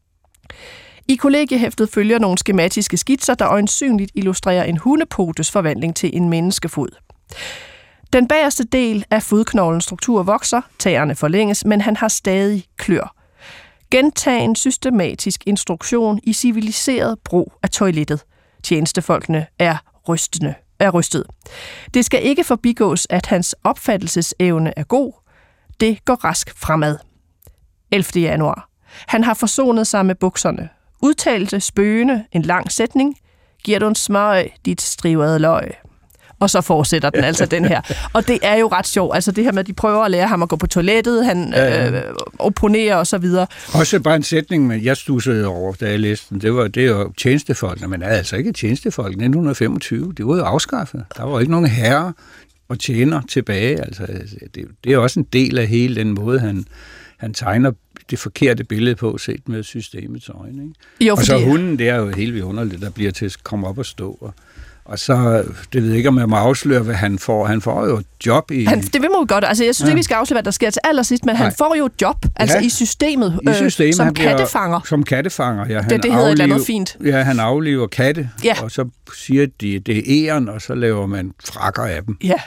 I kollegiehæftet følger nogle skematiske skitser, der øjensynligt illustrerer en hundepotes forvandling til en menneskefod. Den bagerste del af fodknoglens struktur vokser, tæerne forlænges, men han har stadig klør. Gentagen systematisk instruktion i civiliseret brug af toilettet. Tjenestefolkene er rystende, er rystet. Det skal ikke forbigås, at hans opfattelsesevne er god. Det går rask fremad. ellevte januar. Han har forsonet sig med bukserne. Udtalte spøgende en lang sætning. Giver du en smøg, dit strivede løg? Og så fortsætter den altså den her. Og det er jo ret sjovt. Altså det her med, at de prøver at lære ham at gå på toilettet, han ja, ja. Øh, opponerer og så videre. Også bare en sætning, men jeg stussede over, da jeg læste den. Det var det er jo tjenestefolkene, men er altså ikke tjenestefolk. nitten femogtyve, det var jo afskaffet. Der var ikke nogen herrer og tjener tilbage. Altså, det, det er også en del af hele den måde, han, han tegner det forkerte billede på, set med systemets øjne. Ikke? Jo, og så hunden, det er jo helt vidunderligt, der bliver til at komme op og stå. Og, og så, det ved jeg ikke, om jeg må afsløre, hvad han får. Han får jo et job i... Han, det vil man jo godt. Altså, jeg synes ja. ikke, vi skal afsløre, hvad der sker til allersidst, men Nej. han får jo et job, altså ja. i systemet, I systemet øh, som han bliver, kattefanger. Som kattefanger, ja. Han det det hedder et eller andet fint. Ja, han aflever katte, ja. og så siger de, det er æren, og så laver man frakker af dem. Ja.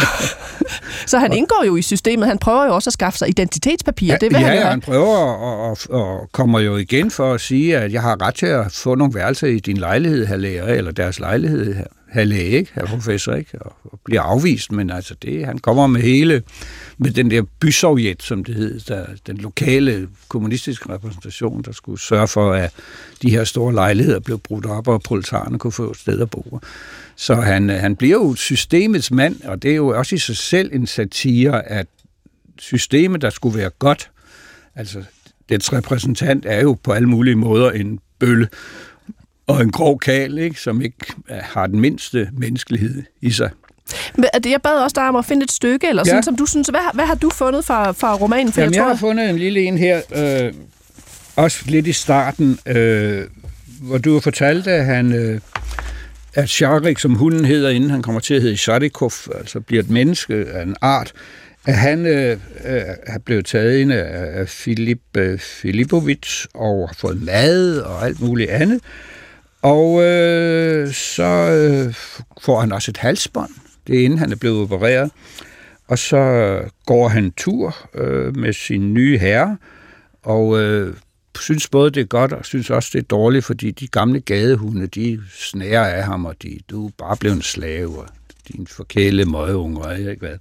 Så han indgår jo i systemet. Han prøver jo også at skaffe sig identitetspapirer. Ja, det vil ja, han, ja, han prøver og, og, og kommer jo igen for at sige, at jeg har ret til at få nogle værelser i din lejlighed, her lærer, eller deres lejlighed her. Herr læge, ikke? Herr professor, ikke? Og, og bliver afvist, men altså det, han kommer med hele, med den der bysovjet, som det hed, der, den lokale kommunistiske repræsentation, der skulle sørge for, at de her store lejligheder blev brudt op, og proletarerne kunne få et sted at bo. Så han, han bliver jo systemets mand, og det er jo også i sig selv en satire, at systemet, der skulle være godt, altså dets repræsentant er jo på alle mulige måder en bølle, og en grov kal, ikke, som ikke har den mindste menneskelighed i sig. Jeg bad også dig om at finde et stykke, eller sådan, ja. som du synes. Hvad, hvad har du fundet fra, fra romanen? For Jamen, jeg, tror, jeg har fundet en lille en her, øh, også lidt i starten, øh, hvor du har fortalt, at han, øh, at Sharik, som hunden hedder, inden han kommer til at hedde Sharikov, altså bliver et menneske af en art, at han øh, øh, er blevet taget ind af Filip øh, Filipovic og har fået mad og alt muligt andet. Og øh, så øh, får han også et halsbånd. Det er inden han er blevet opereret. Og så går han tur øh, med sin nye herre, og øh, synes både det er godt, og synes også det er dårligt, fordi de gamle gadehunde, de snærer af ham, og de, du er bare blevet en slave, og din forkæle møgeunger, og jeg ikke hvad.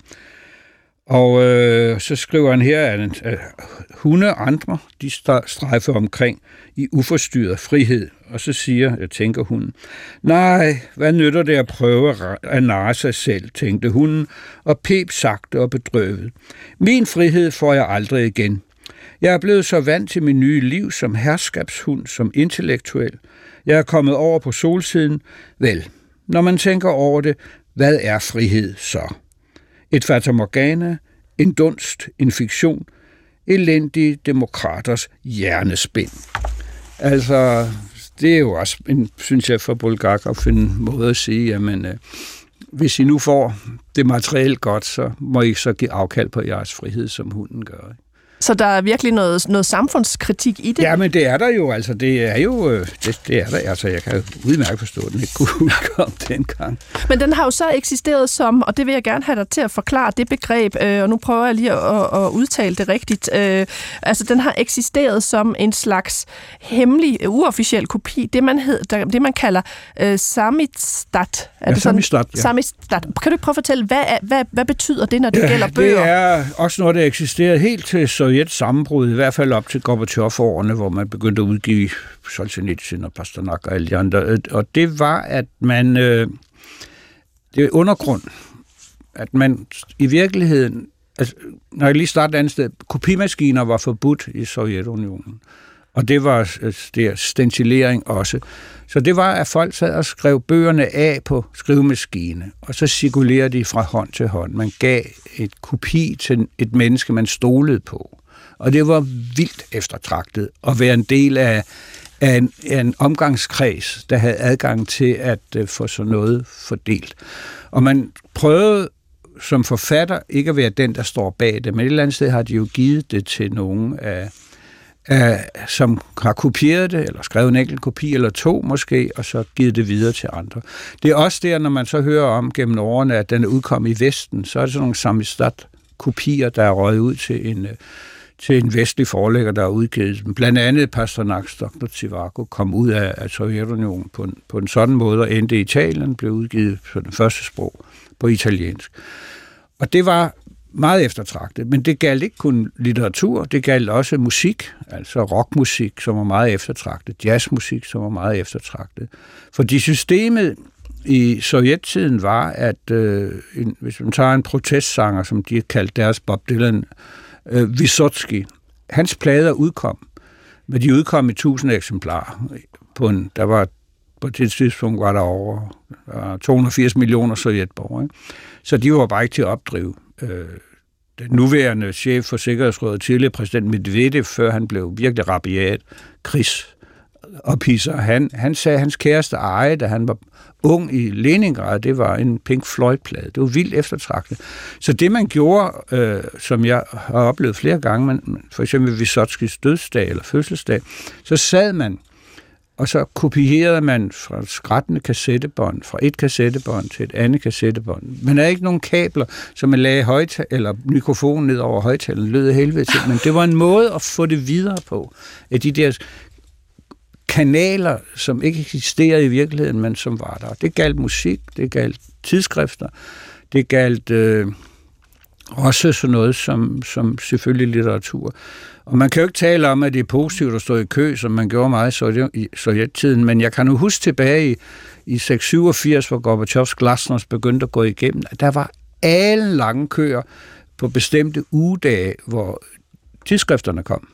Og øh, så skriver han her, at, at hunde og andre, de strejfer omkring i uforstyrret frihed. Og så siger, jeg tænker hunden, nej, hvad nytter det at prøve at narre sig selv, tænkte hunden, og pep sagte og bedrøvet. Min frihed får jeg aldrig igen. Jeg er blevet så vant til min nye liv som herskabshund, som intellektuel. Jeg er kommet over på solsiden. Vel, når man tænker over det, hvad er frihed så? Et fatamorgana, en dunst, en fiktion, elendige demokraters hjernespind. Altså, det er jo også, en, synes jeg, for Bulgakov en måde at sige, jamen, øh, hvis I nu får det materielt godt, så må I så give afkald på jeres frihed, som hunden gør. Så der er virkelig noget, noget samfundskritik i det? Ja, men det er der jo, altså det er jo, det, det er der, altså jeg kan udmærket forstå, at den ikke kunne udkomme dengang. Men den har jo så eksisteret som, og det vil jeg gerne have dig til at forklare det begreb, øh, og nu prøver jeg lige at, at udtale det rigtigt, øh, altså den har eksisteret som en slags hemmelig, uofficiel kopi, det man, hed, der, det man kalder øh, Samistat. Er ja, det Samistat, ja. Samistat. Kan du ikke prøve at fortælle, hvad, er, hvad, hvad betyder det, når det ja, gælder bøger? Det er også noget, der eksisterer helt til Sovjets sammenbrud, i hvert fald op til Gorbachev-årene, hvor man begyndte at udgive Solzhenitsyn og Pasternak og alle de andre. Og det var, at man... Øh, det er undergrund. at man i virkeligheden, altså, når jeg lige starter et andet sted, kopimaskiner var forbudt i Sovjetunionen, og det var det stencilering også. Så det var, at folk sad og skrev bøgerne af på skrivemaskine, og så cirkulerede de fra hånd til hånd. Man gav et kopi til et menneske, man stolede på. Og det var vildt eftertragtet at være en del af, af, en, af en omgangskreds, der havde adgang til at uh, få sådan noget fordelt. Og man prøvede som forfatter ikke at være den, der står bag det, men et eller andet sted har de jo givet det til nogen af af, som har kopieret det, eller skrevet en enkelt kopi, eller to måske, og så givet det videre til andre. Det er også der, når man så hører om gennem årene, at den er udkommet i Vesten, så er det sådan nogle Samisdat-kopier, der er røget ud til en, til en vestlig forlægger, der er udgivet. Blandt andet Pasternaks doktor Zhivago kom ud af, af Sovjetunionen på en, på en sådan måde, og endte i Italien, blev udgivet på den første sprog, på italiensk. Og det var meget eftertragtet, men det galt ikke kun litteratur, det galt også musik, altså rockmusik, som var meget eftertragtet, jazzmusik, som var meget eftertragtet. Fordi systemet i sovjettiden var, at øh, en, hvis man tager en protestsanger, som de kaldte deres Bob Dylan, øh, Vysotsky, hans plader udkom, men de udkom i tusind eksemplarer. På en, der var på et tidspunkt var der over der var to hundrede og firs millioner sovjetborgere, ikke? Så de var bare ikke til at opdrive. Den nuværende chef for Sikkerhedsrådet, tidligere præsident Medvedev, før han blev virkelig rabiat, krigsophisser, han, han sagde, at hans kæreste eje, da han var ung i Leningrad, det var en Pink Floyd-plade. Det var vildt eftertragtet. Så det, man gjorde, øh, som jeg har oplevet flere gange, man, for eksempel Vysotskys dødsdag eller fødselsdag, så sad man, og så kopierede man fra skrættende kassettebånd, fra et kassettebånd til et andet kassettebånd. Man havde ikke nogen kabler, så man lagde højtal- eller mikrofonen ned over højtaleren, lød af helvede til, men det var en måde at få det videre på. Af de der kanaler, som ikke eksisterede i virkeligheden, men som var der. Det galt musik, det galt tidsskrifter, det galt øh, også sådan noget som, som selvfølgelig litteratur. Og man kan jo ikke tale om, at det er positivt at stå i kø, som man gjorde meget i sovjettiden, men jeg kan nu huske tilbage i, i seks syvogfirs, hvor Gorbachevs glasnost begyndte at gå igennem, at der var alle lange køer på bestemte ugedage, hvor tidsskrifterne kom.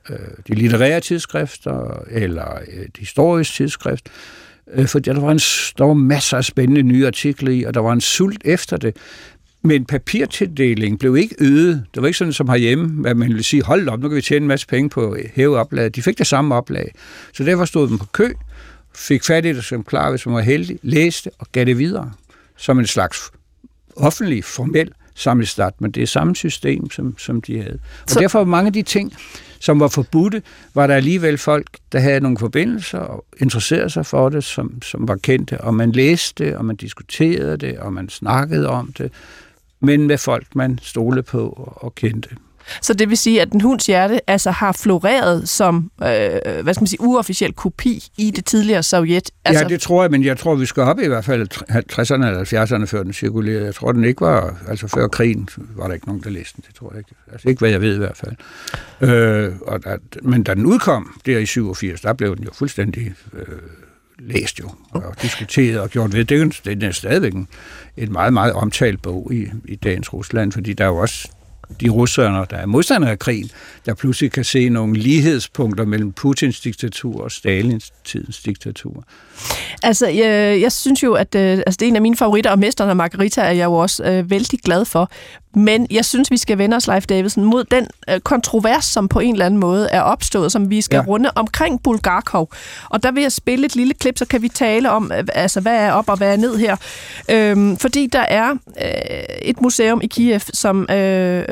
De litterære tidsskrifter, eller et historisk tidsskrift, fordi der var, en, der var masser af spændende nye artikler i, og der var en sult efter det. Men papirtildelingen blev ikke øget. Det var ikke sådan som herhjemme, at man ville sige, hold op, nu kan vi tjene en masse penge på hæve oplaget. De fik det samme oplag. Så derfor stod de på kø, fik fat i det som klar, hvis man var heldig, læste og gav det videre. Som en slags offentlig, formel Samisdat, men det er samme system, som, som de havde. Og så derfor var mange af de ting, som var forbudte, var der alligevel folk, der havde nogle forbindelser og interesserede sig for det, som, som var kendte. Og man læste det, og man diskuterede det, og man snakkede om det, men med folk, man stolede på og kendte. Så det vil sige, at Den hunds hjerte altså har floreret som øh, hvad skal man sige, uofficiel kopi i det tidligere Sovjet? Altså... Ja, det tror jeg, men jeg tror, vi skal op i hvert fald halvtredserne eller halvfjerdserne, før den cirkulerede. Jeg tror, den ikke var, altså før krigen var der ikke nogen, der læste den, det tror jeg ikke. Altså ikke, hvad jeg ved i hvert fald. Øh, og der, men da den udkom, der i syvogfirs, der blev den jo fuldstændig øh, læst jo, og diskuteret og gjort ved. Det er jo det er stadigvæk en, en meget, meget omtalt bog i, i dagens Rusland, fordi der er jo også de russerne, der er modstandere af krigen, der pludselig kan se nogle lighedspunkter mellem Putins diktatur og Stalins tidens diktatur. Altså, jeg, jeg synes jo, at øh, altså, det er en af mine favoritter, og Mesteren og Margarita er jeg jo også øh, vældig glad for. Men jeg synes, vi skal vende os, Leif Davidsen, mod den øh, kontrovers, som på en eller anden måde er opstået, som vi skal ja. runde omkring Bulgakov. Og der vil jeg spille et lille klip, så kan vi tale om, øh, altså, hvad er op og hvad er ned her. Øhm, fordi der er øh, et museum i Kiev, som øh,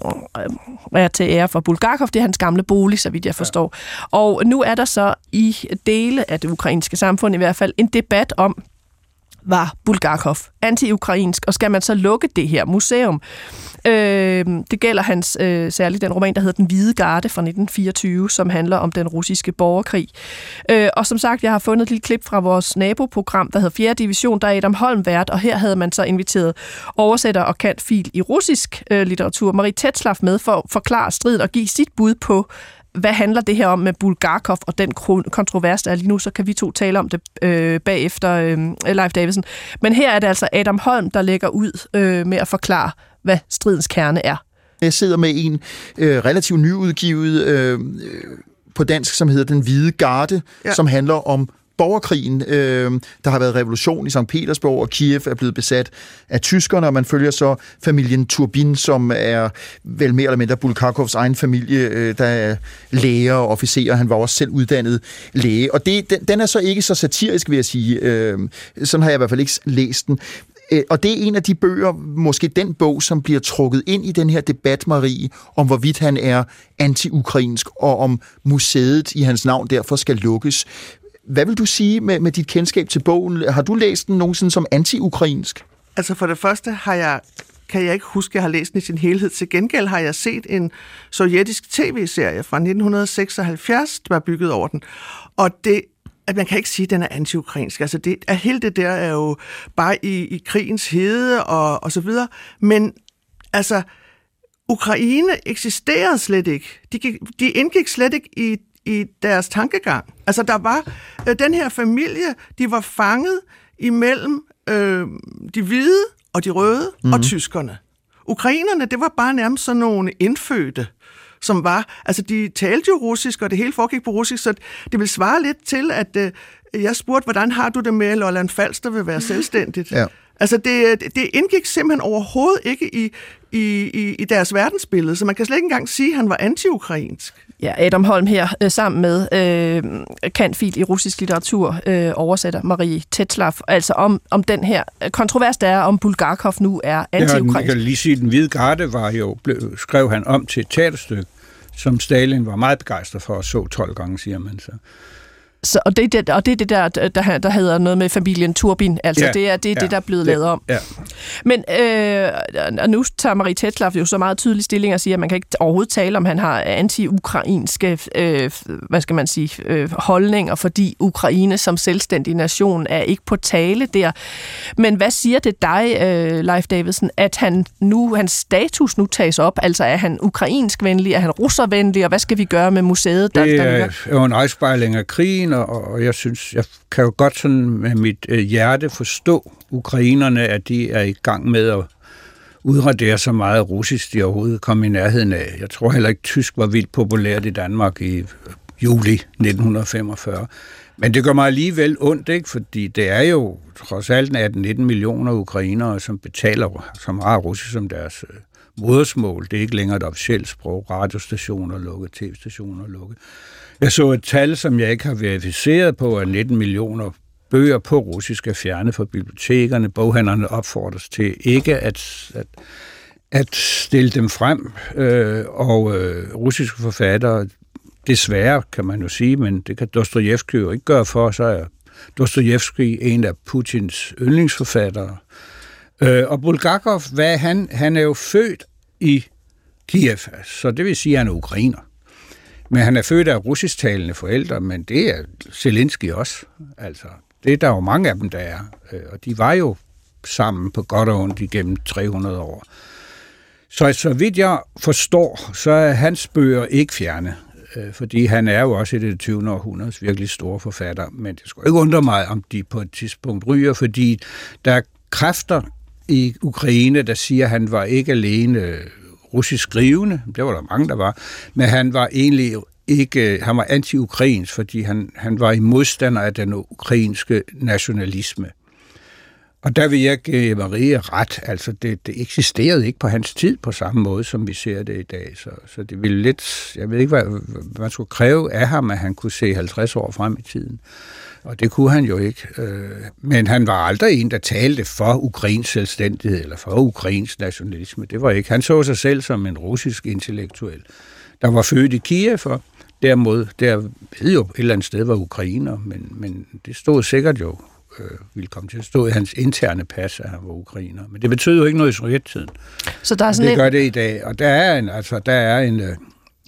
er til ære for Bulgakov. Det er hans gamle bolig, så vidt jeg forstår. Ja. Og nu er der så i dele af det ukrainske samfund i hvert fald en debat om, var Bulgakov anti-ukrainsk, og skal man så lukke det her museum? Øh, det gælder hans, øh, særligt den roman, der hedder Den Hvide Garde fra nitten fireogtyve, som handler om den russiske borgerkrig. Øh, og som sagt, jeg har fundet et lille klip fra vores naboprogram, der hedder fjerde division, der er Adam Holm vært, og her havde man så inviteret oversætter og kant fil i russisk øh, litteratur, Marie Tetzlaff, med for at forklare striden og give sit bud på, hvad handler det her om med Bulgakov og den kontrovers, der er lige nu, så kan vi to tale om det øh, bagefter, øh, Leif Davidsen. Men her er det altså Adam Holm, der lægger ud øh, med at forklare, hvad stridens kerne er. Jeg sidder med en øh, relativt nyudgivet øh, på dansk, som hedder Den Hvide Garde, ja. Som handler om borgerkrigen. Øh, der har været revolution i Sankt Petersborg, og Kiev er blevet besat af tyskerne, og man følger så familien Turbin, som er vel mere eller mindre Bulgakovs egen familie, øh, der er læger og officerer. Han var også selv uddannet læge. Og det, den, den er så ikke så satirisk, vil jeg sige. Øh, sådan har jeg i hvert fald ikke læst den. Og det er en af de bøger, måske den bog, som bliver trukket ind i den her debat, Marie, om hvorvidt han er anti-ukrainsk, og om museet i hans navn derfor skal lukkes. Hvad vil du sige med, med dit kendskab til bogen? Har du læst den nogensinde som anti-ukrainsk? Altså for det første har jeg, kan jeg ikke huske, at jeg har læst den i sin helhed. Til gengæld har jeg set en sovjetisk tv-serie fra nitten seksoghalvfjerds, der var bygget over den. Og det at man kan ikke sige, at den er anti-ukrainsk. Altså det, at hele det der er jo bare i, i krigens hede og, og så videre. Men altså, Ukraine eksisterede slet ikke. De, gik, de indgik slet ikke i, i deres tankegang. Altså der var øh, den her familie, de var fanget imellem øh, de hvide og de røde mm-hmm. og tyskerne. Ukrainerne, det var bare nærmest sådan nogle indfødte, som var, altså de talte jo russisk, og det hele foregik på russisk, så det vil svare lidt til, at øh, jeg spurgte, hvordan har du det med, at Lolland Falster vil være selvstændigt? Ja. Altså det, det indgik simpelthen overhovedet ikke i, i, i, i deres verdensbillede, så man kan slet ikke engang sige, at han var anti-ukrainsk. Ja, Adam Holm her øh, sammen med øh, cand.phil. i russisk litteratur, øh, oversætter Marie Tetzlaff, altså om, om den her kontrovers, der er, om Bulgakov nu er anti-ukrainsk. Ja, jeg kan lige sige, at Den Hvide Garde var jo, blev, skrev han om til et teaterstykke, som Stalin var meget begejstret for og så tolv gange, siger man så. Så, og, det, det, og det er det der, der, der hedder noget med familien Turbin. Altså ja, det er det, ja, det, der er blevet det, lavet om. Ja. Men øh, og nu tager Marie Tetzlaff jo så meget tydelig stilling og siger, at man kan ikke overhovedet tale om, han har anti-ukrainske øh, hvad skal man sige, øh, holdninger, fordi Ukraine som selvstændig nation er ikke på tale der. Men hvad siger det dig, øh, Leif Davidsen, at han nu, hans status nu tages op? Altså er han ukrainsk venlig, er han russervenlig, og hvad skal vi gøre med museet? Der, det der er jo en afspejling af krigen, og jeg synes, jeg kan jo godt sådan med mit hjerte forstå ukrainerne, at de er i gang med at udradere så meget russisk, de overhovedet kom i nærheden af. Jeg tror heller ikke, tysk var vildt populært i Danmark i juli nitten femogfyrre. Men det gør mig alligevel ondt, ikke? Fordi det er jo trods alt atten nitten millioner ukrainere, som betaler, som har russisk som deres modersmål. Det er ikke længere et officielt sprog. Radiostationer lukket, tv-stationer lukket. Jeg så et tal, som jeg ikke har verificeret på, at nitten millioner bøger på russisk er fjernet fra bibliotekerne. Boghandlerne opfordres til ikke at, at, at stille dem frem. Øh, og øh, russiske forfattere, desværre kan man jo sige, men det kan Dostojevskij jo ikke gøre for, så er Dostojevskij en af Putins yndlingsforfattere. Øh, og Bulgakov, hvad er han? Han er jo født i Kiev, så det vil sige, at han er ukrainer. Men han er født af russisktalende forældre, men det er Zelensky også. Altså, det er der jo mange af dem, der er. Og de var jo sammen på godt og ondt igennem tre hundrede år. Så så vidt jeg forstår, så er hans bøger ikke fjerne. Fordi han er jo også i det tyvende århundredes virkelig store forfatter. Men det skulle ikke undre mig, om de på et tidspunkt ryger, fordi der er kræfter i Ukraine, der siger, at han var ikke alene russisk skrivende, det var der mange, der var, men han var egentlig ikke, han var anti-ukrainsk, fordi han, han var i modstander af den ukrainske nationalisme. Og der vil jeg give Marie ret, altså det, det eksisterede ikke på hans tid på samme måde, som vi ser det i dag, så, så det ville lidt, jeg ved ikke, hvad, hvad man skulle kræve af ham, at han kunne se halvtreds år frem i tiden. Og det kunne han jo ikke. Men han var aldrig en, der talte for ukrainsk selvstændighed eller for ukrainsk nationalisme. Det var ikke. Han så sig selv som en russisk intellektuel, der var født i Kiev, og dermed, der ved jo et eller andet sted var ukrainer, men, men det stod sikkert jo, øh, ville komme til at stå i hans interne pas, at han var ukrainer. Men det betød jo ikke noget i sovjettiden. Så der er sådan det en... gør det i dag. Og der er en, altså, der er en, øh,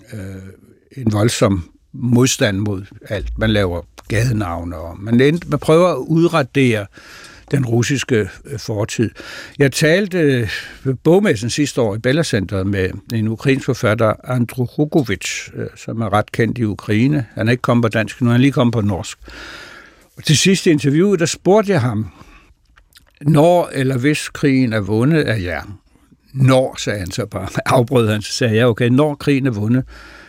en voldsom modstand mod alt. Man laver gadenavne, og man, man prøver at udradere den russiske fortid. Jeg talte ved bogmessen sidste år i Bella Centeret med en ukrainsk forfatter, Andrew Hugovich, som er ret kendt i Ukraine. Han er ikke kommet på dansk, nu er han lige kommet på norsk. Og til sidste interview, der spurgte jeg ham, når eller hvis krigen er vundet af jer. Når, sagde han så bare. Afbrød han, så sagde jeg, okay, når krigen er vundet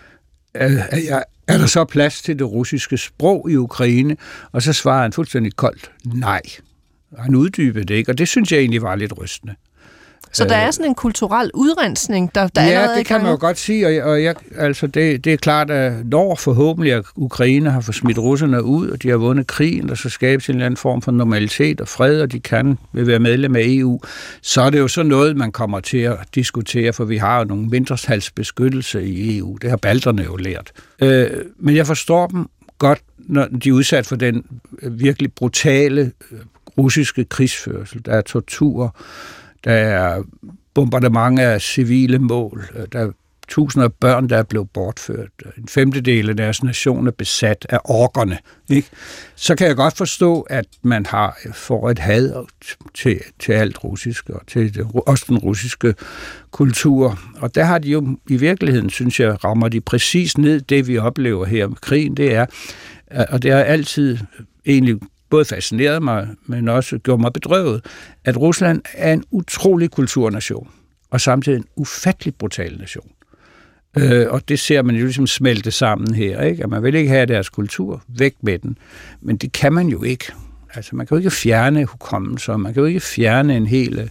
af jer, er der så plads til det russiske sprog i Ukraine? Og så svarede han fuldstændig koldt, nej. Han uddybede det ikke, og det synes jeg egentlig var lidt rystende. Så der er sådan en kulturel udrensning, der, der ja, allerede det er i kan gang. man jo godt sige, og, og jeg, altså det, det er klart, at når forhåbentlig at Ukraine har fået smidt russerne ud, og de har vundet krigen, og så skabes en eller anden form for normalitet og fred, og de kan vil være medlem af E U, så er det jo så noget, man kommer til at diskutere, for vi har jo nogle mindretalsbeskyttelse i E U. Det har balterne jo lært. Øh, men jeg forstår dem godt, når de er udsat for den virkelig brutale russiske krigsførsel. Der er tortur, der er bombardement af civile mål, der er tusinder af børn, der er blevet bortført. En femtedel af deres nation er besat af orkerne. Ikke? Så kan jeg godt forstå, at man har får et had til, til alt russisk, og til det, også den russiske kultur. Og der har de jo i virkeligheden, synes jeg, rammer de præcis ned det, vi oplever her med krigen. Det er, og det har altid egentlig både fascineret mig, men også gjort mig bedrøvet, at Rusland er en utrolig kulturnation, og samtidig en ufattelig brutal nation. Øh, og det ser man jo ligesom smelte sammen her, ikke? At man vil ikke have deres kultur, væk med den, men det kan man jo ikke. Altså, man kan jo ikke fjerne hukommelser, man kan jo ikke fjerne en hel,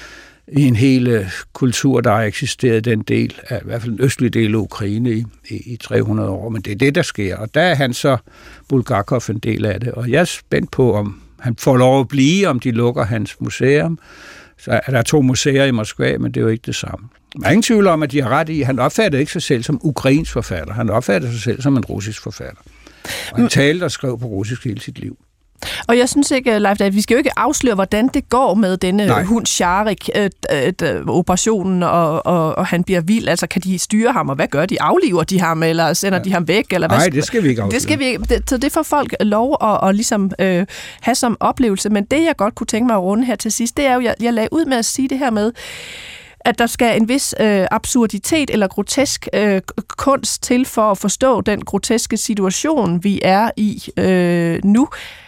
en hel kultur, der har eksisteret den del, af, i hvert fald den østlige del af Ukraine i, i, i tre hundrede år, men det er det, der sker. Og der er han så, Bulgakov, en del af det, og jeg er spændt på, om han får lov at blive, om de lukker hans museum. Så er der to museer i Moskva, men det er jo ikke det samme. Der er ingen tvivl om, at de har ret i, han opfatter ikke sig selv som ukrainsk forfatter, han opfatter sig selv som en russisk forfatter. Og han talte og skrev på russisk hele sit liv. Og jeg synes ikke, Leif, at vi skal jo ikke afsløre, hvordan det går med denne Nej. hund Sharik, øh, øh, operationen, og, og, og han bliver vild. Altså, kan de styre ham, og hvad gør de? Afliver de ham, eller sender ja. de ham væk? Eller hvad? Nej, det skal vi ikke afsløre. Det skal vi ikke. Så det får folk lov at, at ligesom, øh, have som oplevelse. Men det, jeg godt kunne tænke mig at runde her til sidst, det er jo, jeg, jeg lagde ud med at sige det her med, at der skal en vis øh, absurditet eller grotesk øh, kunst til for at forstå den groteske situation, vi er i øh, nu.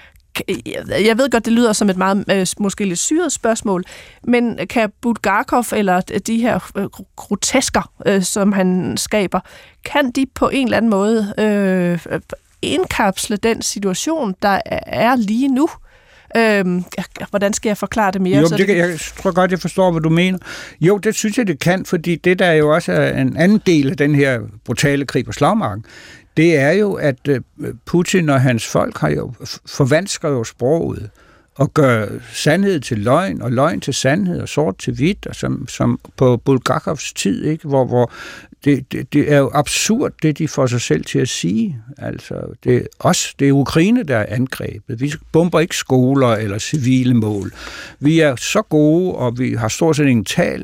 Jeg ved godt, det lyder som et meget øh, måske lidt syret spørgsmål, men kan Bulgakov eller de her øh, grotesker, øh, som han skaber, kan de på en eller anden måde øh, indkapsle den situation, der er lige nu? Øhm, hvordan skal jeg forklare det mere? Jo, så det kan, jeg tror godt, jeg forstår, hvad du mener. Jo, det synes jeg, det kan, fordi det, der er jo også er en anden del af den her brutale krig på slagmarken, det er jo, at Putin og hans folk har jo forvansker jo sproget og gør sandhed til løgn, og løgn til sandhed, og sort til hvidt, og som, som på Bulgakovs tid, ikke? Hvor, hvor det, det, det er jo absurd, det de får sig selv til at sige. Altså, det er os, det er Ukraine, der er angrebet. Vi bomber ikke skoler eller civile mål. Vi er så gode, og vi har stort set ingen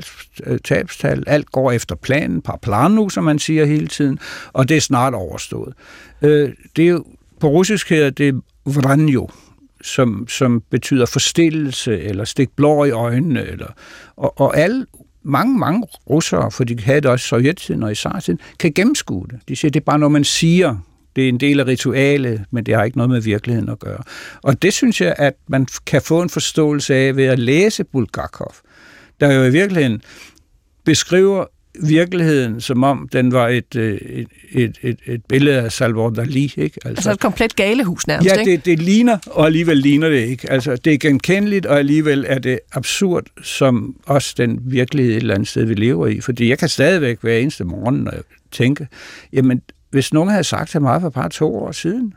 tabstal. Alt går efter planen, par planu, som man siger hele tiden, og det er snart overstået. Det er jo, på russisk hedder det vranjo, som, som betyder forstillelse, eller stik blår i øjnene, eller, og, og alle, mange, mange russere, for de havde det også i sovjettiden og i tsartiden, kan gennemskue det. De siger, det er bare noget, man siger. Det er en del af ritualet, men det har ikke noget med virkeligheden at gøre. Og det synes jeg, at man kan få en forståelse af ved at læse Bulgakov, der jo i virkeligheden beskriver virkeligheden, som om den var et, et, et, et, et billede af Salvador Dalí, ikke? Altså, altså et komplet galehus nærmest, ja, ikke? det, det ligner, og alligevel ligner det ikke. Altså, det er genkendeligt, og alligevel er det absurd, som også den virkelighed et eller andet sted, vi lever i. Fordi jeg kan stadigvæk hver eneste morgen tænke, jamen, hvis nogen havde sagt til mig for et par to år siden,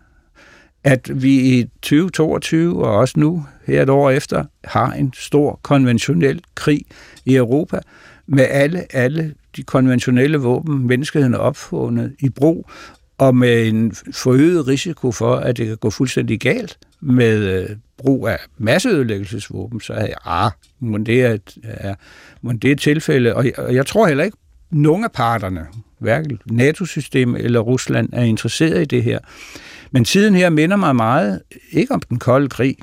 at vi i tyve toogtyve, og også nu, her et år efter, har en stor konventionel krig i Europa, med alle, alle de konventionelle våben, menneskeheden er opfundet i brug, og med en forøget risiko for, at det kan gå fuldstændig galt med øh, brug af masseødelæggelsesvåben, så er jeg, ah, må det er, er, må det er et tilfælde, og jeg, og jeg tror heller ikke, nogen af parterne, hverken NATO-systemet eller Rusland, er interesseret i det her. Men tiden her minder mig meget, ikke om den kolde krig,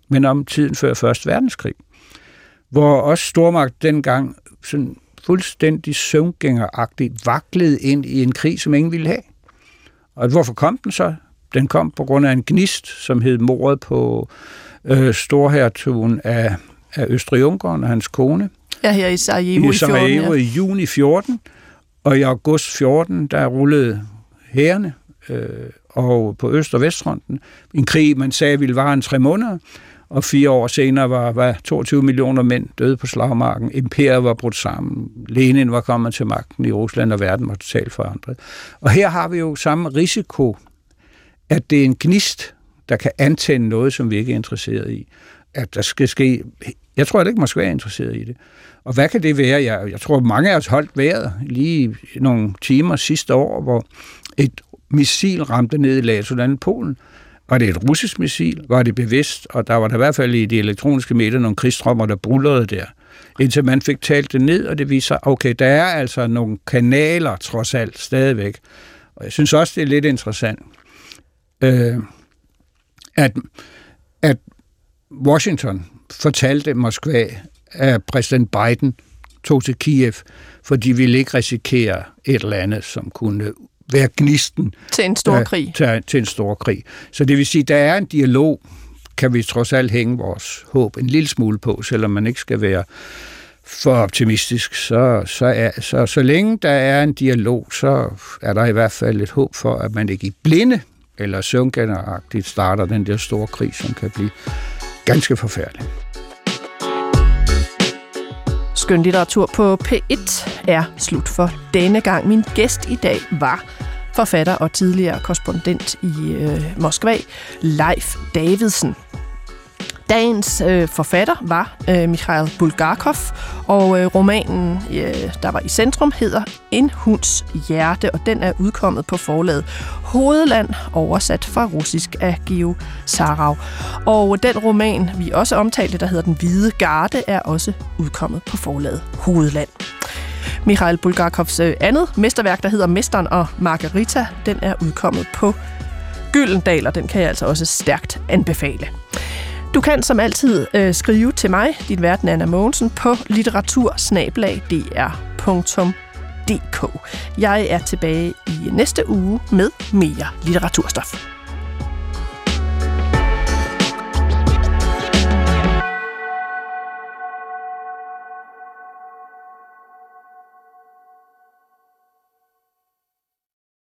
men om tiden før første verdenskrig, hvor også stormagt dengang sådan fuldstændig søvngængeragtigt vaklede ind i en krig, som ingen ville have. Og hvorfor kom den så? Den kom på grund af en gnist, som hed mordet på øh, storhertugen af, af Østrig-Ungarn og hans kone. Ja, her i Sarajevo i fjorten. Ja. I juni fjorten, og i august fjorten, der rullede hærene øh, og på Øst- og Vestfronten. En krig, man sagde, ville vare en tre måneder, og fire år senere var, var toogtyve millioner mænd døde på slagmarken. Imperiet var brudt sammen. Lenin var kommet til magten i Rusland, og verden var totalt forandret. Og her har vi jo samme risiko, at det er en gnist, der kan antænde noget, som vi ikke er interesseret i. At der skal ske... Jeg tror, at ikke Moskva er interesseret i det. Og hvad kan det være? Jeg, jeg tror, mange af os holdt vejret lige nogle timer sidste år, hvor et missil ramte ned i Latoland, Polen. Var det et russisk missil? Var det bevidst? Og der var der i hvert fald i de elektroniske medier nogle krigsstrømmer, der bullrede der. Indtil man fik talt det ned, og det viser, okay, der er altså nogle kanaler, trods alt, stadigvæk. Og jeg synes også, det er lidt interessant, øh, at, at Washington fortalte Moskva, at præsident Biden tog til Kiev, for de ville ikke risikere et eller andet, som kunne være gnisten til en stor krig. Til, til en stor krig. Så det vil sige, der er en dialog, kan vi trods alt hænge vores håb en lille smule på, selvom man ikke skal være for optimistisk. Så, så, er, så, så længe der er en dialog, så er der i hvert fald et håb for, at man ikke i blinde eller søvngængeragtigt starter den der store krig, som kan blive ganske forfærdelig. Skønlitteratur på P et er slut for denne gang. Min gæst i dag var forfatter og tidligere korrespondent i øh, Moskva, Leif Davidsen. Dagens øh, forfatter var øh, Mikhail Bulgakov, og øh, romanen, øh, der var i centrum, hedder En hunds hjerte, og den er udkommet på forlaget Hovedland, oversat fra russisk af Geo Sarau. Og den roman, vi også omtalte, der hedder Den hvide garde, er også udkommet på forlaget Hovedland. Mikhail Bulgakovs øh, andet mesterværk, der hedder Mesteren og Margarita, den er udkommet på Gyldendal, og den kan jeg altså også stærkt anbefale. Du kan som altid øh, skrive til mig, dit vært Nanna Mogensen, på litteratur snabel-a d r punktum d k. Jeg er tilbage i næste uge med mere litteraturstof.